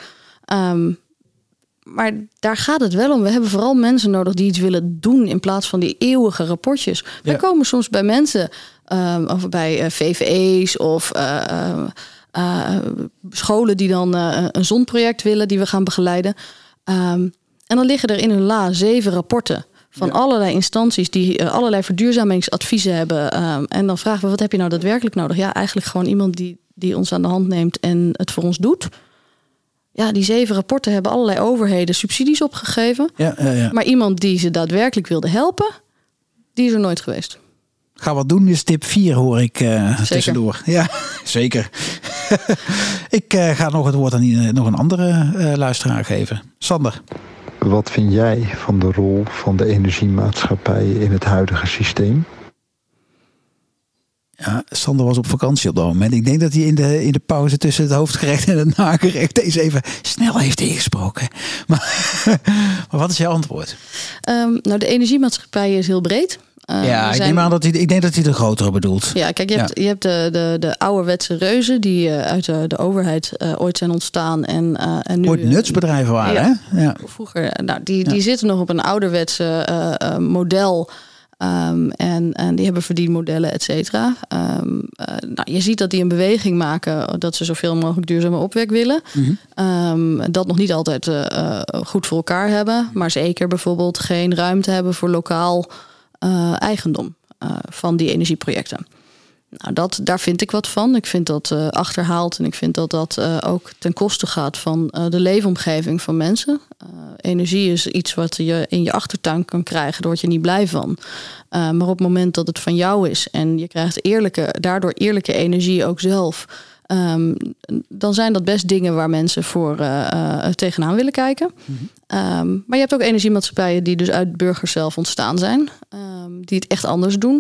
S2: Maar daar gaat het wel om. We hebben vooral mensen nodig die iets willen doen in plaats van die eeuwige rapportjes. Wij komen soms bij mensen, of bij VVE's of scholen die dan een zonproject willen die we gaan begeleiden. En dan liggen er in hun la 7 rapporten van allerlei instanties die allerlei verduurzamingsadviezen hebben. En dan vragen we, wat heb je nou daadwerkelijk nodig? Ja, eigenlijk gewoon iemand die ons aan de hand neemt en het voor ons doet. Ja, die 7 rapporten hebben allerlei overheden subsidies opgegeven. Ja. Maar iemand die ze daadwerkelijk wilde helpen, die is er nooit geweest.
S1: Ga wat doen is tip 4, hoor ik tussendoor. Ja, zeker. Ik ga nog het woord aan nog een andere luisteraar geven. Sander.
S4: Wat vind jij van de rol van de energiemaatschappijen in het huidige systeem?
S1: Ja, Sander was op vakantie op dat moment. Ik denk dat hij in de pauze tussen het hoofdgerecht en het nagerecht deze even snel heeft ingesproken. Maar wat is jouw antwoord?
S2: Nou, de energiemaatschappij is heel breed.
S1: Ik denk dat hij de grotere bedoelt.
S2: Ja, kijk, je hebt de ouderwetse reuzen die uit de overheid ooit zijn ontstaan. En nu
S1: ooit nutsbedrijven waren, hè? Ja.
S2: Vroeger, die zitten nog op een ouderwetse model. En die hebben verdienmodellen, et cetera. Je ziet dat die een beweging maken dat ze zoveel mogelijk duurzame opwek willen. Mm-hmm. Dat nog niet altijd goed voor elkaar hebben. Maar zeker bijvoorbeeld geen ruimte hebben voor lokaal eigendom van die energieprojecten. Nou, daar vind ik wat van. Ik vind dat achterhaald en ik vind dat ook ten koste gaat van de leefomgeving van mensen. Energie is iets wat je in je achtertuin kan krijgen, daar word je niet blij van. Maar op het moment dat het van jou is en je krijgt daardoor eerlijke energie ook zelf, dan zijn dat best dingen waar mensen voor tegenaan willen kijken. Mm-hmm. Maar je hebt ook energiemaatschappijen die dus uit burgers zelf ontstaan zijn, die het echt anders doen.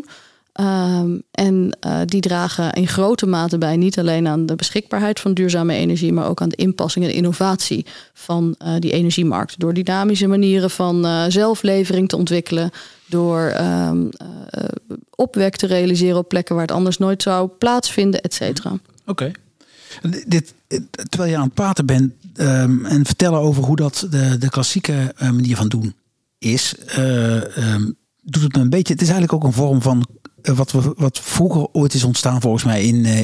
S2: Die dragen in grote mate bij niet alleen aan de beschikbaarheid van duurzame energie, maar ook aan de inpassing en innovatie van die energiemarkt. Door dynamische manieren van zelflevering te ontwikkelen, door opwek te realiseren op plekken waar het anders nooit zou plaatsvinden, et cetera.
S1: Oké. Terwijl je aan het praten bent en vertellen over hoe dat de klassieke manier van doen is, doet het me een beetje. Het is eigenlijk ook een vorm van wat vroeger ooit is ontstaan volgens mij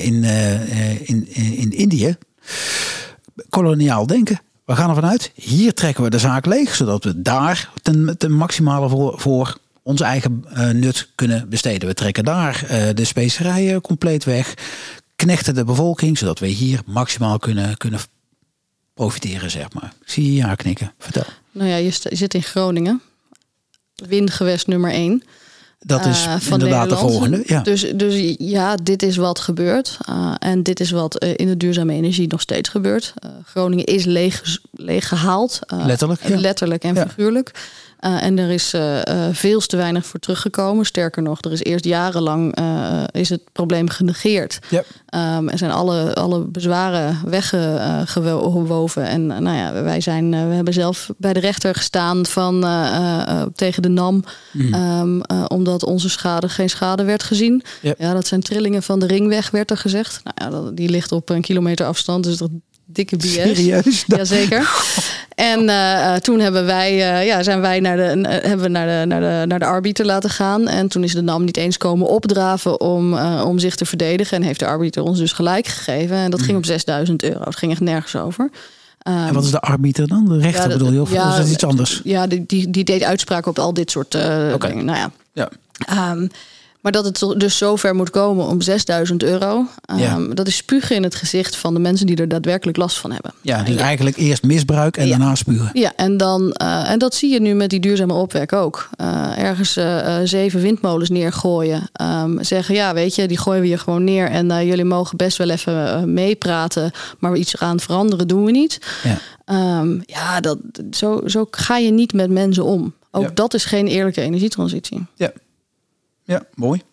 S1: in Indië. Koloniaal denken. We gaan ervan uit, hier trekken we de zaak leeg, zodat we daar ten maximale voor ons eigen nut kunnen besteden. We trekken daar de specerijen compleet weg, knechten de bevolking, zodat we hier maximaal kunnen profiteren, zeg maar. Ik zie je ja knikken. Vertel.
S2: Nou ja, je zit in Groningen. Windgewest nummer 1.
S1: Dat is
S2: van
S1: inderdaad
S2: Nederland.
S1: De volgende. Ja.
S2: Dus ja, dit is wat gebeurt. En dit is wat in de duurzame energie nog steeds gebeurt. Groningen is leeg gehaald. Letterlijk en figuurlijk. En er is veel te weinig voor teruggekomen. Sterker nog, er is eerst jarenlang is het probleem genegeerd. Yep. Er zijn alle bezwaren weggewoven. En we hebben zelf bij de rechter gestaan tegen de NAM. Omdat onze schade geen schade werd gezien. Yep. Ja, dat zijn trillingen van de ringweg, werd er gezegd. Nou ja, die ligt op 1 kilometer afstand, dus dat dikke BS.
S1: Serieus?
S2: Jazeker. En toen hebben wij naar de arbiter laten gaan. En toen is de NAM niet eens komen opdraven om zich te verdedigen. En heeft de arbiter ons dus gelijk gegeven. En dat ging op €6.000. Het ging echt nergens over.
S1: En wat is de arbiter dan? De rechter bedoel je? Of is dat iets anders?
S2: Ja, die deed uitspraken op al dit soort dingen. Nou ja. Maar dat het dus zover moet komen om €6.000... dat is spugen in het gezicht van de mensen die er daadwerkelijk last van hebben.
S1: Ja, dus eigenlijk eerst misbruik en daarna spugen.
S2: Ja, en dat zie je nu met die duurzame opwek ook. Ergens 7 windmolens neergooien. Zeggen, ja, weet je, die gooien we hier gewoon neer. En jullie mogen best wel even meepraten. Maar iets aan veranderen doen we niet. Ja, zo ga je niet met mensen om. Ook dat is geen eerlijke energietransitie.
S1: Ja, mooi.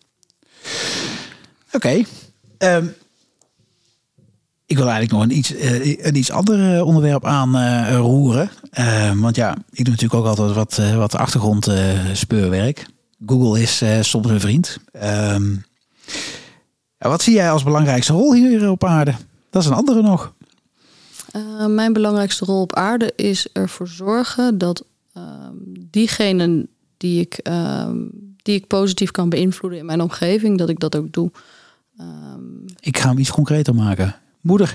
S1: Oké. Ik wil eigenlijk nog een iets ander onderwerp aanroeren. Want ja, ik doe natuurlijk ook altijd wat achtergrondspeurwerk. Google is soms een vriend. Wat zie jij als belangrijkste rol hier op aarde? Dat is een andere nog.
S2: Mijn belangrijkste rol op aarde is ervoor zorgen dat diegenen die ik positief kan beïnvloeden in mijn omgeving, dat ik dat ook doe.
S1: Ik ga hem iets concreter maken. Moeder.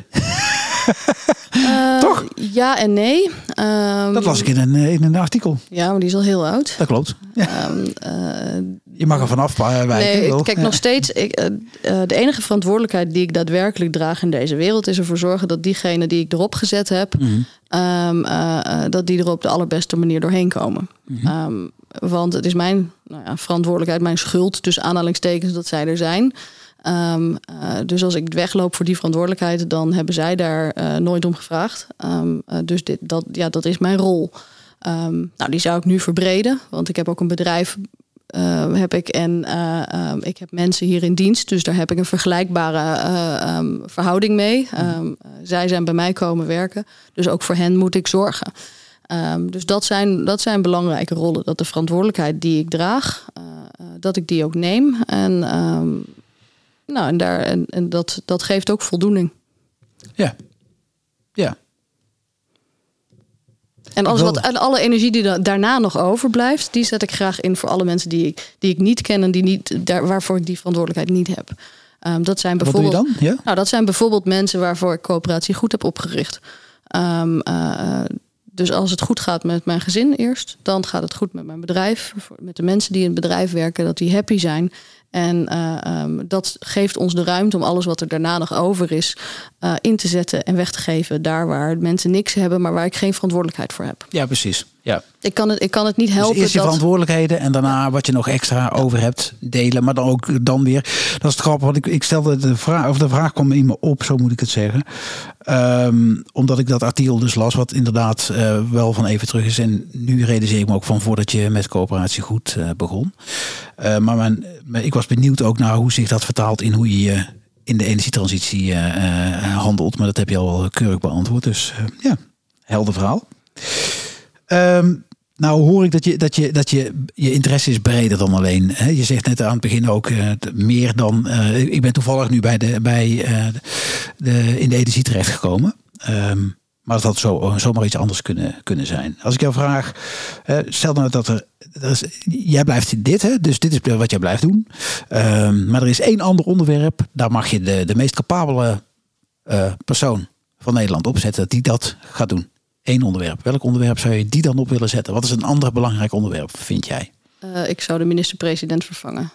S1: Toch?
S2: Ja en nee.
S1: Dat las ik in een artikel.
S2: Ja, maar die is al heel oud.
S1: Dat klopt. Ja. Je mag er vanaf wijken.
S2: Nee, kijk, nog steeds. De enige verantwoordelijkheid die ik daadwerkelijk draag in deze wereld is ervoor zorgen dat diegenen die ik erop gezet heb, dat die er op de allerbeste manier doorheen komen. Want het is mijn verantwoordelijkheid, mijn schuld, tussen aanhalingstekens, dat zij er zijn. Dus als ik wegloop voor die verantwoordelijkheid, dan hebben zij daar nooit om gevraagd. Dus dat is mijn rol. Die zou ik nu verbreden, want ik heb ook een bedrijf. Ik heb mensen hier in dienst, dus daar heb ik een vergelijkbare verhouding mee. Zij zijn bij mij komen werken, dus ook voor hen moet ik zorgen. Dus dat zijn belangrijke rollen. Dat de verantwoordelijkheid die ik draag, dat ik die ook neem. En dat geeft ook voldoening.
S1: Ja.
S2: En alle energie die daarna nog overblijft, die zet ik graag in voor alle mensen die ik niet ken en waarvoor ik die verantwoordelijkheid niet heb. Dat zijn bijvoorbeeld,
S1: wat doe je dan? Ja?
S2: Dat zijn bijvoorbeeld mensen waarvoor ik Coöperatie Goed heb opgericht. Dus als het goed gaat met mijn gezin eerst, dan gaat het goed met mijn bedrijf. Met de mensen die in het bedrijf werken, dat die happy zijn. En dat geeft ons de ruimte om alles wat er daarna nog over is in te zetten en weg te geven. Daar waar mensen niks hebben, maar waar ik geen verantwoordelijkheid voor heb.
S1: Ja, precies. Ja.
S2: Ik kan het niet helpen.
S1: Dus eerst je verantwoordelijkheden en daarna wat je nog extra over hebt delen. Maar dan weer. Dat is het grappig, want ik stelde de vraag kwam in me op, zo moet ik het zeggen. Omdat ik dat artikel dus las, wat inderdaad wel van even terug is. En nu realiseer ik me ook van voordat je met Coöperatie Goed begon. Maar ik was benieuwd ook naar hoe zich dat vertaalt in hoe je in de energietransitie handelt. Maar dat heb je al wel keurig beantwoord. Dus helder verhaal. Nou hoor ik dat je interesse is breder dan alleen. Hè? Je zegt net aan het begin ook meer dan. Ik ben toevallig nu in de energie terechtgekomen. Maar dat had zomaar iets anders kunnen zijn. Als ik jou vraag, stel nou dat jij blijft dit, hè? Dus dit is wat jij blijft doen. Maar er is één ander onderwerp, daar mag je de meest capabele persoon van Nederland opzetten die dat gaat doen. Eén onderwerp. Welk onderwerp zou je die dan op willen zetten? Wat is een ander belangrijk onderwerp, vind jij?
S2: Ik zou de minister-president vervangen.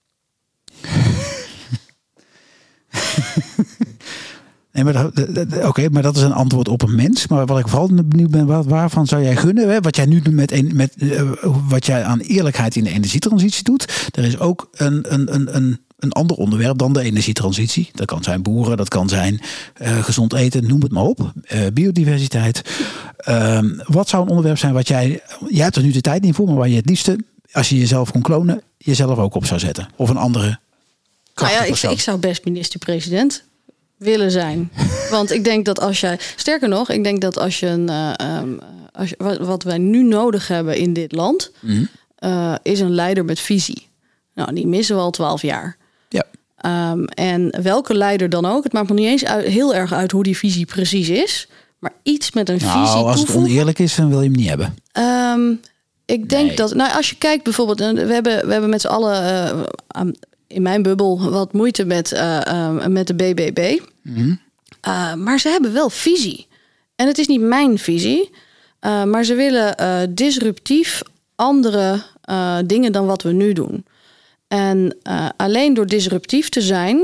S1: Nee, maar dat is een antwoord op een mens. Maar wat ik vooral benieuwd ben, waarvan zou jij gunnen? Hè? Wat jij nu doet met wat jij aan eerlijkheid in de energietransitie doet. Er is ook een ander onderwerp dan de energietransitie. Dat kan zijn boeren, dat kan zijn gezond eten, noem het maar op. Biodiversiteit. Wat zou een onderwerp zijn wat jij hebt er nu de tijd niet voor, maar waar je het liefste, als je jezelf kon klonen, jezelf ook op zou zetten? Of een andere krachtige persoon?
S2: Ik zou best minister-president willen zijn. Want ik denk dat als jij... Sterker nog, ik denk dat als je wat wij nu nodig hebben in dit land, is een leider met visie. Nou, die missen we al 12 jaar.
S1: Ja.
S2: En welke leider dan ook, het maakt me niet eens heel erg uit hoe die visie precies is, maar iets met een visie toevoegen.
S1: Als het oneerlijk is, dan wil je hem niet hebben.
S2: Ik denk dat... Nou, als je kijkt bijvoorbeeld... We hebben met z'n allen in mijn bubbel wat moeite met de BBB. Maar ze hebben wel visie. En het is niet mijn visie. Maar ze willen disruptief andere dingen dan wat we nu doen. En alleen door disruptief te zijn,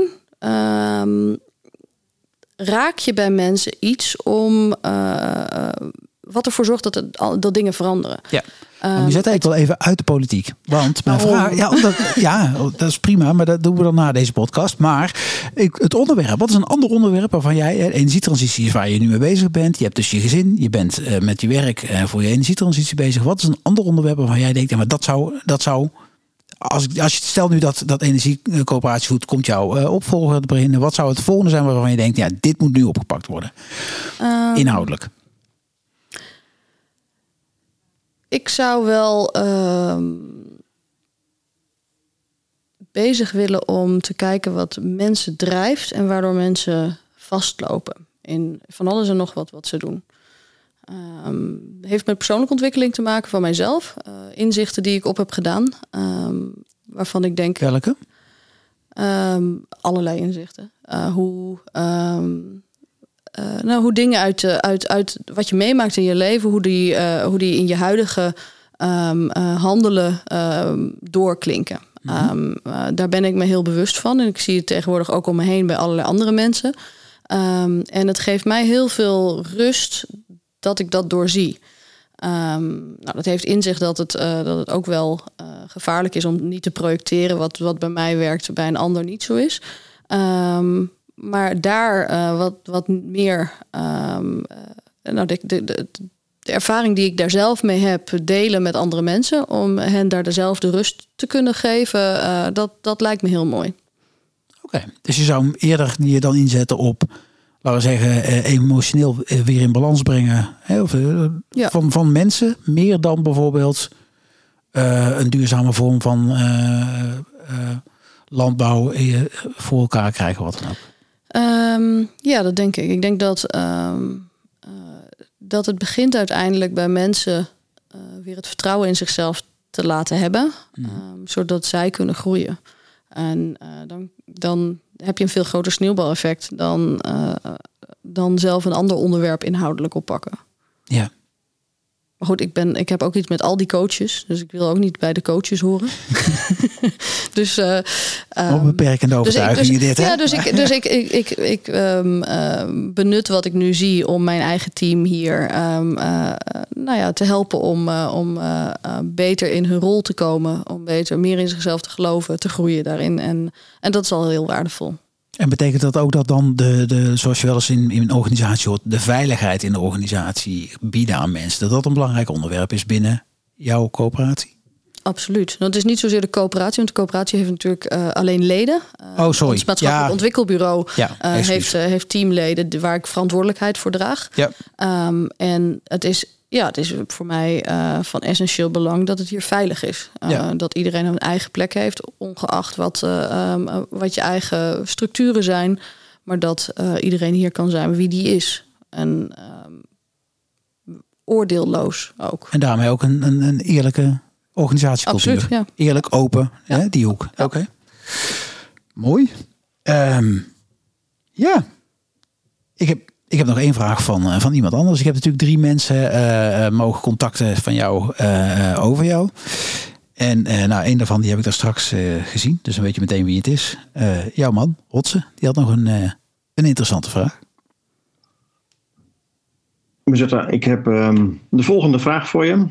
S2: raak je bij mensen iets om wat ervoor zorgt dat dingen veranderen.
S1: Ja. Je zet eigenlijk wel even uit de politiek. Want mijn vraag... dat is prima, maar dat doen we dan na deze podcast. Maar het onderwerp, wat is een ander onderwerp waarvan jij... Energietransitie is waar je nu mee bezig bent. Je hebt dus je gezin, je bent met je werk voor je energietransitie bezig. Wat is een ander onderwerp waarvan jij denkt... maar dat zou als je stel nu dat Energiecoöperatie Goed komt jouw opvolger beginnen. Wat zou het volgende zijn waarvan je denkt... ja, dit moet nu opgepakt worden? Inhoudelijk.
S2: Ik zou wel bezig willen om te kijken wat mensen drijft en waardoor mensen vastlopen in van alles en nog wat ze doen. Heeft met persoonlijke ontwikkeling te maken van mijzelf. Inzichten die ik op heb gedaan. Waarvan ik denk...
S1: Welke?
S2: Allerlei inzichten. Hoe dingen uit wat je meemaakt in je leven, hoe die in je huidige handelen doorklinken. Daar ben ik me heel bewust van. En ik zie het tegenwoordig ook om me heen bij allerlei andere mensen. En het geeft mij heel veel rust dat ik dat doorzie. Dat heeft in zich dat het ook wel gevaarlijk is om niet te projecteren wat bij mij werkt, bij een ander niet zo is. Maar daar wat meer de ervaring die ik daar zelf mee heb, delen met andere mensen, om hen daar dezelfde rust te kunnen geven, dat lijkt me heel mooi.
S1: Oké, dus je zou hem eerder je dan inzetten op, laten we zeggen, emotioneel weer in balans brengen. Hè? Of, van mensen, meer dan bijvoorbeeld een duurzame vorm van landbouw voor elkaar krijgen, wat dan ook.
S2: Ja, dat denk ik. Ik denk dat het begint uiteindelijk bij mensen weer het vertrouwen in zichzelf te laten hebben, zodat zij kunnen groeien. En dan heb je een veel groter sneeuwbaleffect dan zelf een ander onderwerp inhoudelijk oppakken.
S1: Ja.
S2: Maar goed, ik heb ook iets met al die coaches, dus ik wil ook niet bij de coaches horen. Dus
S1: beperkende overtuigingen dit, hè?
S2: Ja, dus ik benut wat ik nu zie om mijn eigen team hier te helpen om beter in hun rol te komen, om meer in zichzelf te geloven, te groeien daarin. En dat is al heel waardevol.
S1: En betekent dat ook dat dan zoals je wel eens in een organisatie hoort, de veiligheid in de organisatie bieden aan mensen, dat een belangrijk onderwerp is binnen jouw coöperatie?
S2: Absoluut. Nou, het is niet zozeer de coöperatie, want de coöperatie heeft natuurlijk alleen leden.
S1: Ons
S2: maatschappelijk ontwikkelbureau heeft teamleden waar ik verantwoordelijkheid voor draag. Ja. En het is voor mij van essentieel belang dat het hier veilig is. Dat iedereen een eigen plek heeft, ongeacht wat je eigen structuren zijn. Maar dat iedereen hier kan zijn wie die is. En oordeelloos ook.
S1: En daarmee ook een eerlijke organisatiecultuur.
S2: Absoluut, ja.
S1: Eerlijk, open, hè, die hoek. Ja. Oké. Mooi. Ik heb nog één vraag van iemand anders. Ik heb natuurlijk 3 mensen mogen contacten van jou over jou. En een daarvan die heb ik daar straks gezien. Dus dan weet je meteen wie het is. Jouw man, Rotse, die had nog een interessante vraag.
S5: Musetta, ik heb de volgende vraag voor je.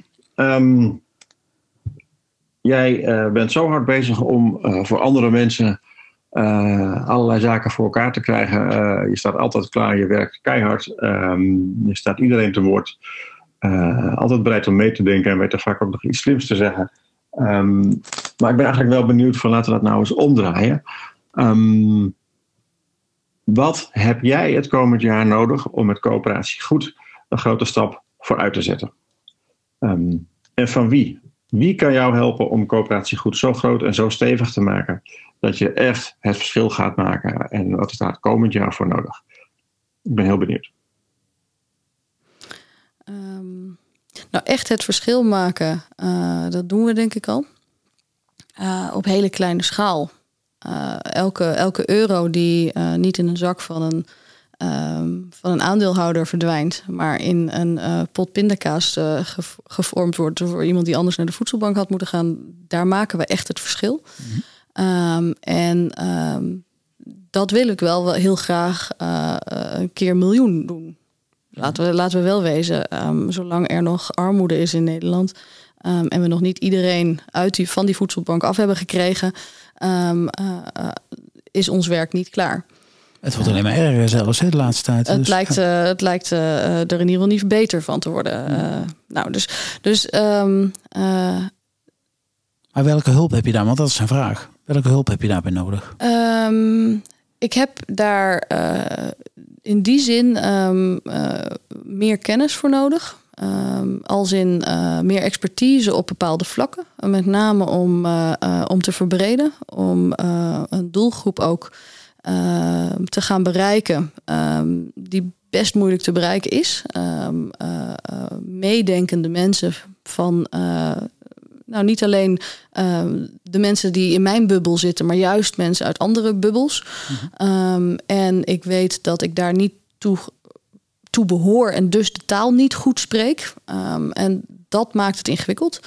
S5: Jij bent zo hard bezig om voor andere mensen allerlei zaken voor elkaar te krijgen. Je staat altijd klaar, je werkt keihard. Je staat iedereen te woord. Altijd bereid om mee te denken en weet er vaak ook nog iets slims te zeggen. Maar ik ben eigenlijk wel benieuwd van, laten we dat nou eens omdraaien. Wat heb jij het komend jaar nodig om met coöperatie goed een grote stap vooruit te zetten? En van wie? Wie kan jou helpen om coöperatie goed zo groot en zo stevig te maken dat je echt het verschil gaat maken? En wat is daar het komend jaar voor nodig? Ik ben heel benieuwd.
S2: Echt het verschil maken, dat doen we denk ik al. Op hele kleine schaal. Elke euro die niet in een zak van een aandeelhouder verdwijnt, maar in een pot pindakaas gevormd wordt door iemand die anders naar de voedselbank had moeten gaan, daar maken we echt het verschil. Dat wil ik wel heel graag een keer 1 miljoen doen. Laten we wel wezen, zolang er nog armoede is in Nederland en we nog niet iedereen van die voedselbank af hebben gekregen, is ons werk niet klaar.
S1: Het wordt alleen maar erger zelfs de laatste tijd.
S2: Het lijkt er in ieder geval niet beter van te worden.
S1: Maar welke hulp heb je daar? Want dat is een vraag. Welke hulp heb je daarbij nodig?
S2: Ik heb daar in die zin meer kennis voor nodig. Als in meer expertise op bepaalde vlakken. Met name om te verbreden. Om een doelgroep ook te gaan bereiken. Die best moeilijk te bereiken is. Meedenkende mensen van niet alleen de mensen die in mijn bubbel zitten, maar juist mensen uit andere bubbels. En ik weet dat ik daar niet toe behoor en dus de taal niet goed spreek. En dat maakt het ingewikkeld.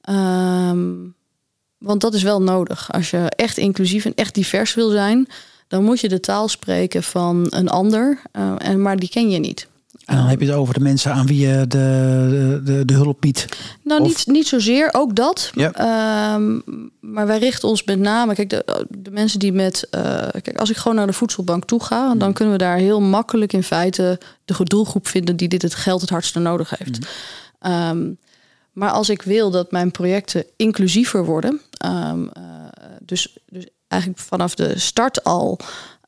S2: Want dat is wel nodig. Als je echt inclusief en echt divers wil zijn, dan moet je de taal spreken van een ander. Maar die ken je niet.
S1: En dan heb je het over de mensen aan wie je de hulp biedt.
S2: Nou, niet zozeer, ook dat.
S1: Ja.
S2: Maar wij richten ons met name... Kijk, de mensen die met... kijk, als ik gewoon naar de voedselbank toe ga... dan kunnen we daar heel makkelijk in feite... de doelgroep vinden die dit het geld het hardste nodig heeft. Maar als ik wil dat mijn projecten inclusiever worden... Dus eigenlijk vanaf de start al...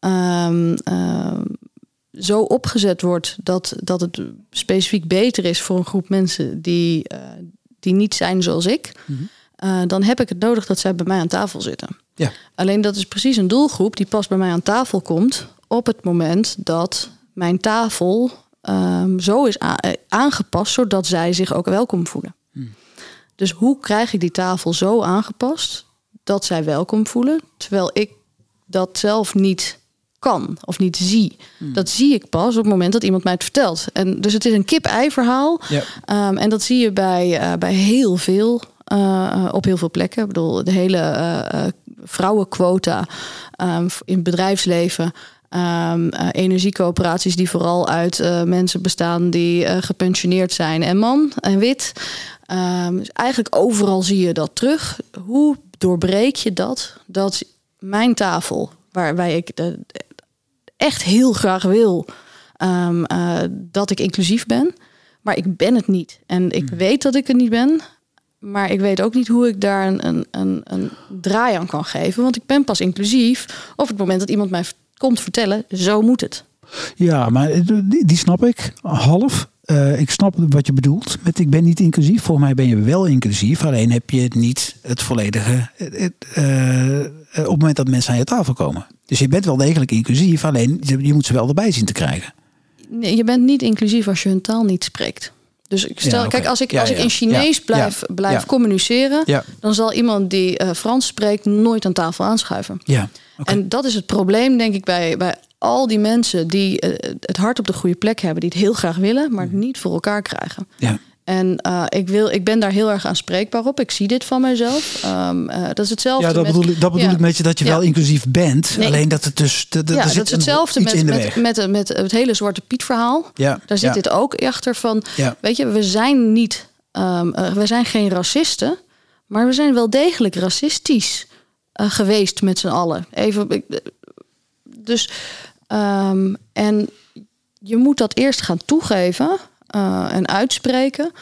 S2: zo opgezet wordt dat het specifiek beter is voor een groep mensen die niet zijn zoals ik, dan heb ik het nodig dat zij bij mij aan tafel zitten.
S1: Ja.
S2: Alleen dat is precies een doelgroep die pas bij mij aan tafel komt op het moment dat mijn tafel zo is aangepast zodat zij zich ook welkom voelen. Dus hoe krijg ik die tafel zo aangepast dat zij welkom voelen, terwijl ik dat zelf niet kan of niet zie. Dat zie ik pas op het moment dat iemand mij het vertelt. En dus het is een kip-ei verhaal.
S1: Ja.
S2: En dat zie je bij heel veel, op heel veel plekken. Ik bedoel, de hele vrouwenquota in het bedrijfsleven. Energiecoöperaties die vooral uit mensen bestaan die gepensioneerd zijn en man en wit. Dus eigenlijk overal zie je dat terug. Hoe doorbreek je dat mijn tafel, waarbij ik echt heel graag wil dat ik inclusief ben, maar ik ben het niet. En ik weet dat ik het niet ben, maar ik weet ook niet hoe ik daar een draai aan kan geven, want ik ben pas inclusief op het moment dat iemand mij komt vertellen, zo moet het.
S1: Ja, maar die snap ik half. Ik snap wat je bedoelt met ik ben niet inclusief. Volgens mij ben je wel inclusief. Alleen heb je niet het volledige op het moment dat mensen aan je tafel komen. Dus je bent wel degelijk inclusief. Alleen je moet ze wel erbij zien te krijgen.
S2: Nee, je bent niet inclusief als je hun taal niet spreekt. Dus ik stel, kijk, als ik in Chinees blijf communiceren, dan zal iemand die Frans spreekt nooit aan tafel aanschuiven.
S1: Ja,
S2: En dat is het probleem, denk ik, bij al die mensen die het hart op de goede plek hebben, die het heel graag willen, maar het niet voor elkaar krijgen.
S1: Ja.
S2: En ik ben daar heel erg aanspreekbaar op. Ik zie dit van mijzelf. Dat is hetzelfde.
S1: Ja, dat bedoel ik met je dat je wel inclusief bent. Nee. Alleen dat het dus
S2: dat is hetzelfde met het hele Zwarte Piet verhaal.
S1: Ja.
S2: Daar zit dit ook achter van. Ja. Weet je, we zijn niet, we zijn geen racisten, maar we zijn wel degelijk racistisch geweest met z'n allen. En je moet dat eerst gaan toegeven en uitspreken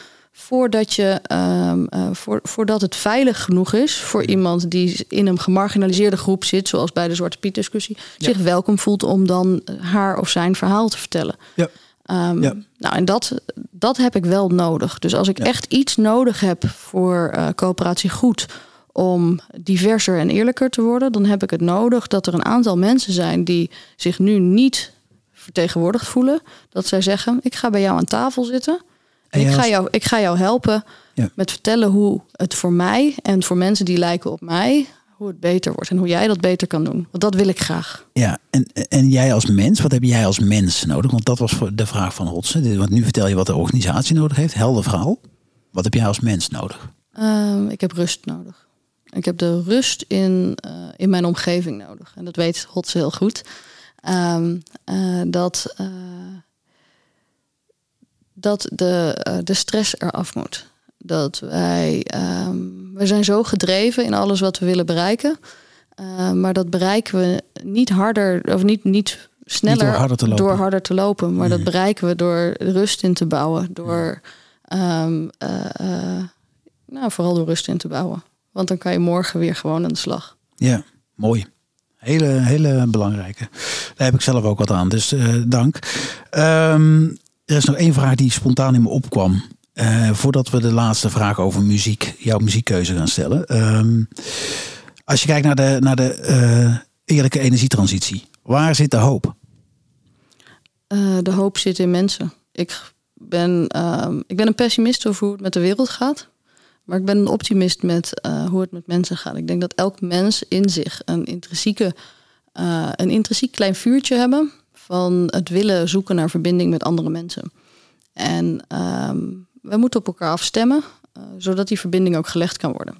S2: voordat het veilig genoeg is voor iemand die in een gemarginaliseerde groep zit, zoals bij de Zwarte Piet discussie, zich welkom voelt om dan haar of zijn verhaal te vertellen. Ja. Nou, en dat heb ik wel nodig. Dus als ik echt iets nodig heb voor Coöperatie Goed om diverser en eerlijker te worden, dan heb ik het nodig dat er een aantal mensen zijn die zich nu niet vertegenwoordigd voelen. Dat zij zeggen, ik ga bij jou aan tafel zitten. En ik ga jou helpen met vertellen hoe het voor mij en voor mensen die lijken op mij, hoe het beter wordt en hoe jij dat beter kan doen. Want dat wil ik graag. Ja,
S1: en jij als mens, wat heb jij als mens nodig? Want dat was de vraag van Hotse. Want nu vertel je wat de organisatie nodig heeft. Helder verhaal. Wat heb jij als mens nodig?
S2: Ik heb rust nodig. Ik heb de rust in mijn omgeving nodig. En dat weet Hotse heel goed. Dat de stress eraf moet. Dat wij zijn zo gedreven in alles wat we willen bereiken. Maar dat bereiken we niet harder of niet sneller door harder te lopen. Maar dat bereiken we door rust in te bouwen. Door vooral door rust in te bouwen. Want dan kan je morgen weer gewoon aan de slag.
S1: Ja, mooi. Hele belangrijke. Daar heb ik zelf ook wat aan, dus dank. Er is nog één vraag die spontaan in me opkwam. Voordat we de laatste vraag over muziek, jouw muziekkeuze gaan stellen. Als je kijkt naar de eerlijke energietransitie. Waar zit de hoop?
S2: De hoop zit in mensen. Ik ben een pessimist over hoe het met de wereld gaat. Maar ik ben een optimist met hoe het met mensen gaat. Ik denk dat elk mens in zich een intrinsiek klein vuurtje hebben van het willen zoeken naar verbinding met andere mensen. En we moeten op elkaar afstemmen, zodat die verbinding ook gelegd kan worden.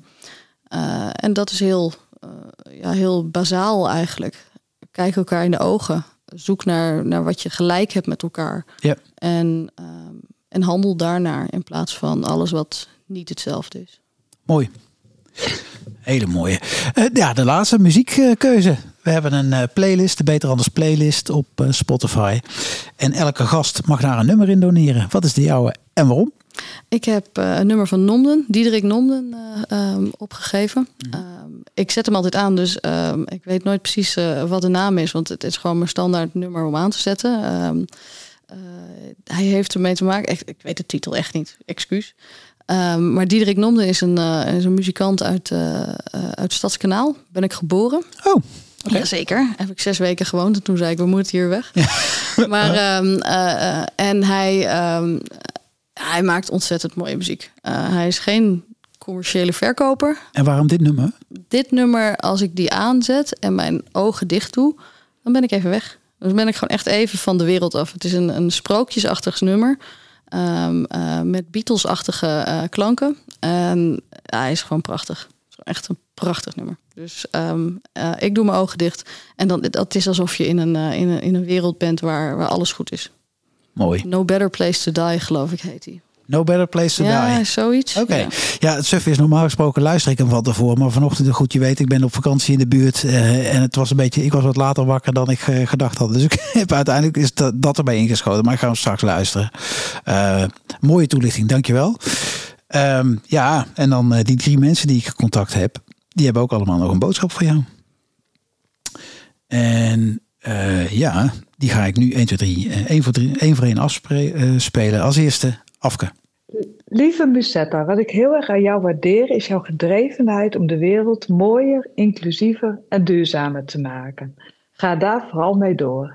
S2: En dat is heel bazaal eigenlijk. Kijk elkaar in de ogen. zoek naar wat je gelijk hebt met elkaar.
S1: Ja.
S2: En handel daarnaar in plaats van alles wat niet hetzelfde is.
S1: Mooi. Hele mooie. De laatste muziekkeuze. We hebben een playlist, de Beter Anders playlist op Spotify. En elke gast mag daar een nummer in doneren. Wat is de jouwe en waarom?
S2: Ik heb een nummer van Nomden, Diederik Nomden, opgegeven. Ik zet hem altijd aan, dus ik weet nooit precies wat de naam is. Want het is gewoon mijn standaard nummer om aan te zetten. Hij heeft ermee te maken. Ik weet de titel echt niet, excuus. Maar Diederik Nomden is een muzikant uit Stadskanaal. Ben ik geboren.
S1: Oh, okay.
S2: Jazeker. Heb ik 6 weken gewoond. En toen zei ik, we moeten hier weg. Ja. Maar en hij maakt ontzettend mooie muziek. Hij is geen commerciële verkoper.
S1: En waarom dit nummer?
S2: Dit nummer, als ik die aanzet en mijn ogen dicht doe, dan ben ik even weg. Dan ben ik gewoon echt even van de wereld af. Het is een sprookjesachtig nummer. Met Beatles-achtige klanken. En hij is gewoon prachtig. Echt een prachtig nummer. Dus ik doe mijn ogen dicht. En dan, dat is alsof je in een wereld bent waar alles goed is.
S1: Mooi.
S2: No Better Place to Die, geloof ik, heet die.
S1: No Better Place to Die.
S2: Ja, zoiets.
S1: Oké. Ja, het suf is normaal gesproken luister ik hem van tevoren. Maar vanochtend, goed, je weet, ik ben op vakantie in de buurt. En het was ik was wat later wakker dan ik gedacht had. Dus ik heb uiteindelijk is dat erbij ingeschoten. Maar ik ga hem straks luisteren. Mooie toelichting, dankjewel. Ja, en dan die 3 mensen die ik contact heb. Die hebben ook allemaal nog een boodschap voor jou. En die ga ik nu 1, 2, 3, 1 voor 1 afspelen. Als eerste, Afke.
S6: Lieve Musetta, wat ik heel erg aan jou waardeer is jouw gedrevenheid om de wereld mooier, inclusiever en duurzamer te maken. Ga daar vooral mee door.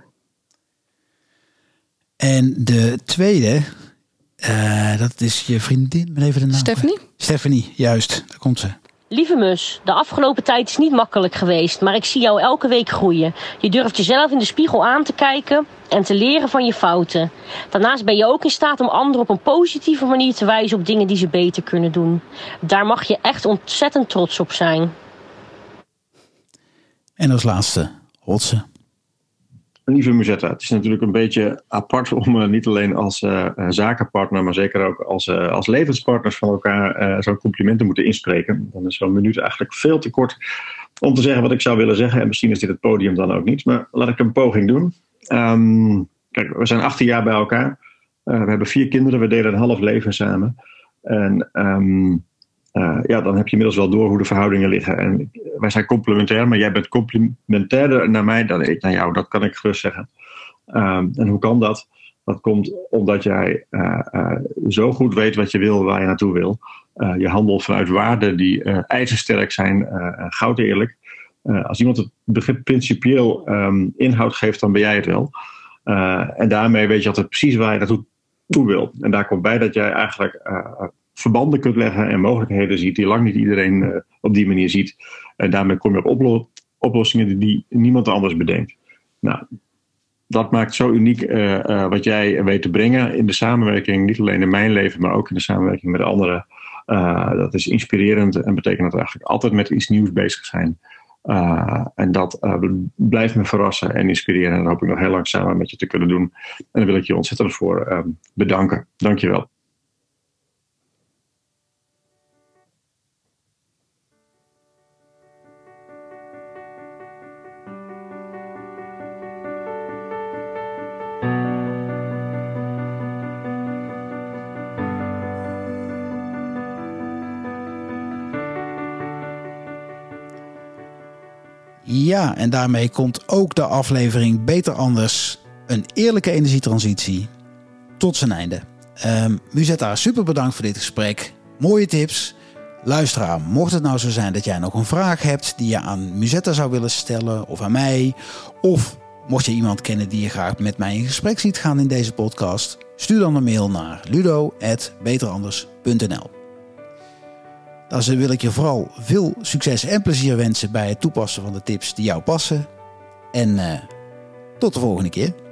S1: En de tweede, dat is je vriendin. Ben even de naam.
S2: Stephanie?
S1: Stephanie, juist. Daar komt ze.
S7: Lieve Mus, de afgelopen tijd is niet makkelijk geweest, maar ik zie jou elke week groeien. Je durft jezelf in de spiegel aan te kijken en te leren van je fouten. Daarnaast ben je ook in staat om anderen op een positieve manier te wijzen op dingen die ze beter kunnen doen. Daar mag je echt ontzettend trots op zijn.
S1: En als laatste, Hotse.
S5: Lieve Musetta, het is natuurlijk een beetje apart om niet alleen als zakenpartner, maar zeker ook als levenspartners van elkaar zo'n compliment te moeten inspreken. Dan is zo'n minuut eigenlijk veel te kort om te zeggen wat ik zou willen zeggen. En misschien is dit het podium dan ook niet, maar laat ik een poging doen. Kijk, we zijn 18 jaar bij elkaar. We hebben 4 kinderen, we delen een half leven samen. En dan heb je inmiddels wel door hoe de verhoudingen liggen. En wij zijn complementair, maar jij bent complementairder naar mij dan ik naar jou. Dat kan ik gerust zeggen. En hoe kan dat? Dat komt omdat jij zo goed weet wat je wil, waar je naartoe wil. Je handelt vanuit waarden die ijzersterk zijn, goud eerlijk. Als iemand het begrip principieel inhoud geeft, dan ben jij het wel. En daarmee weet je altijd precies waar je naartoe wil. En daar komt bij dat jij eigenlijk verbanden kunt leggen en mogelijkheden ziet die lang niet iedereen op die manier ziet. En daarmee kom je op oplossingen die niemand anders bedenkt. Nou, dat maakt zo uniek wat jij weet te brengen in de samenwerking. Niet alleen in mijn leven, maar ook in de samenwerking met anderen. Dat is inspirerend en betekent dat we eigenlijk altijd met iets nieuws bezig zijn. En dat blijft me verrassen en inspireren. En dat hoop ik nog heel lang samen met je te kunnen doen. En daar wil ik je ontzettend voor bedanken. Dank je wel.
S1: Ja, en daarmee komt ook de aflevering Beter Anders, een eerlijke energietransitie, tot zijn einde. Musetta, super bedankt voor dit gesprek. Mooie tips. Luisteraar, mocht het nou zo zijn dat jij nog een vraag hebt die je aan Musetta zou willen stellen of aan mij, of mocht je iemand kennen die je graag met mij in gesprek ziet gaan in deze podcast, stuur dan een mail naar ludo@beteranders.nl. Dan wil ik je vooral veel succes en plezier wensen bij het toepassen van de tips die jou passen. En tot de volgende keer.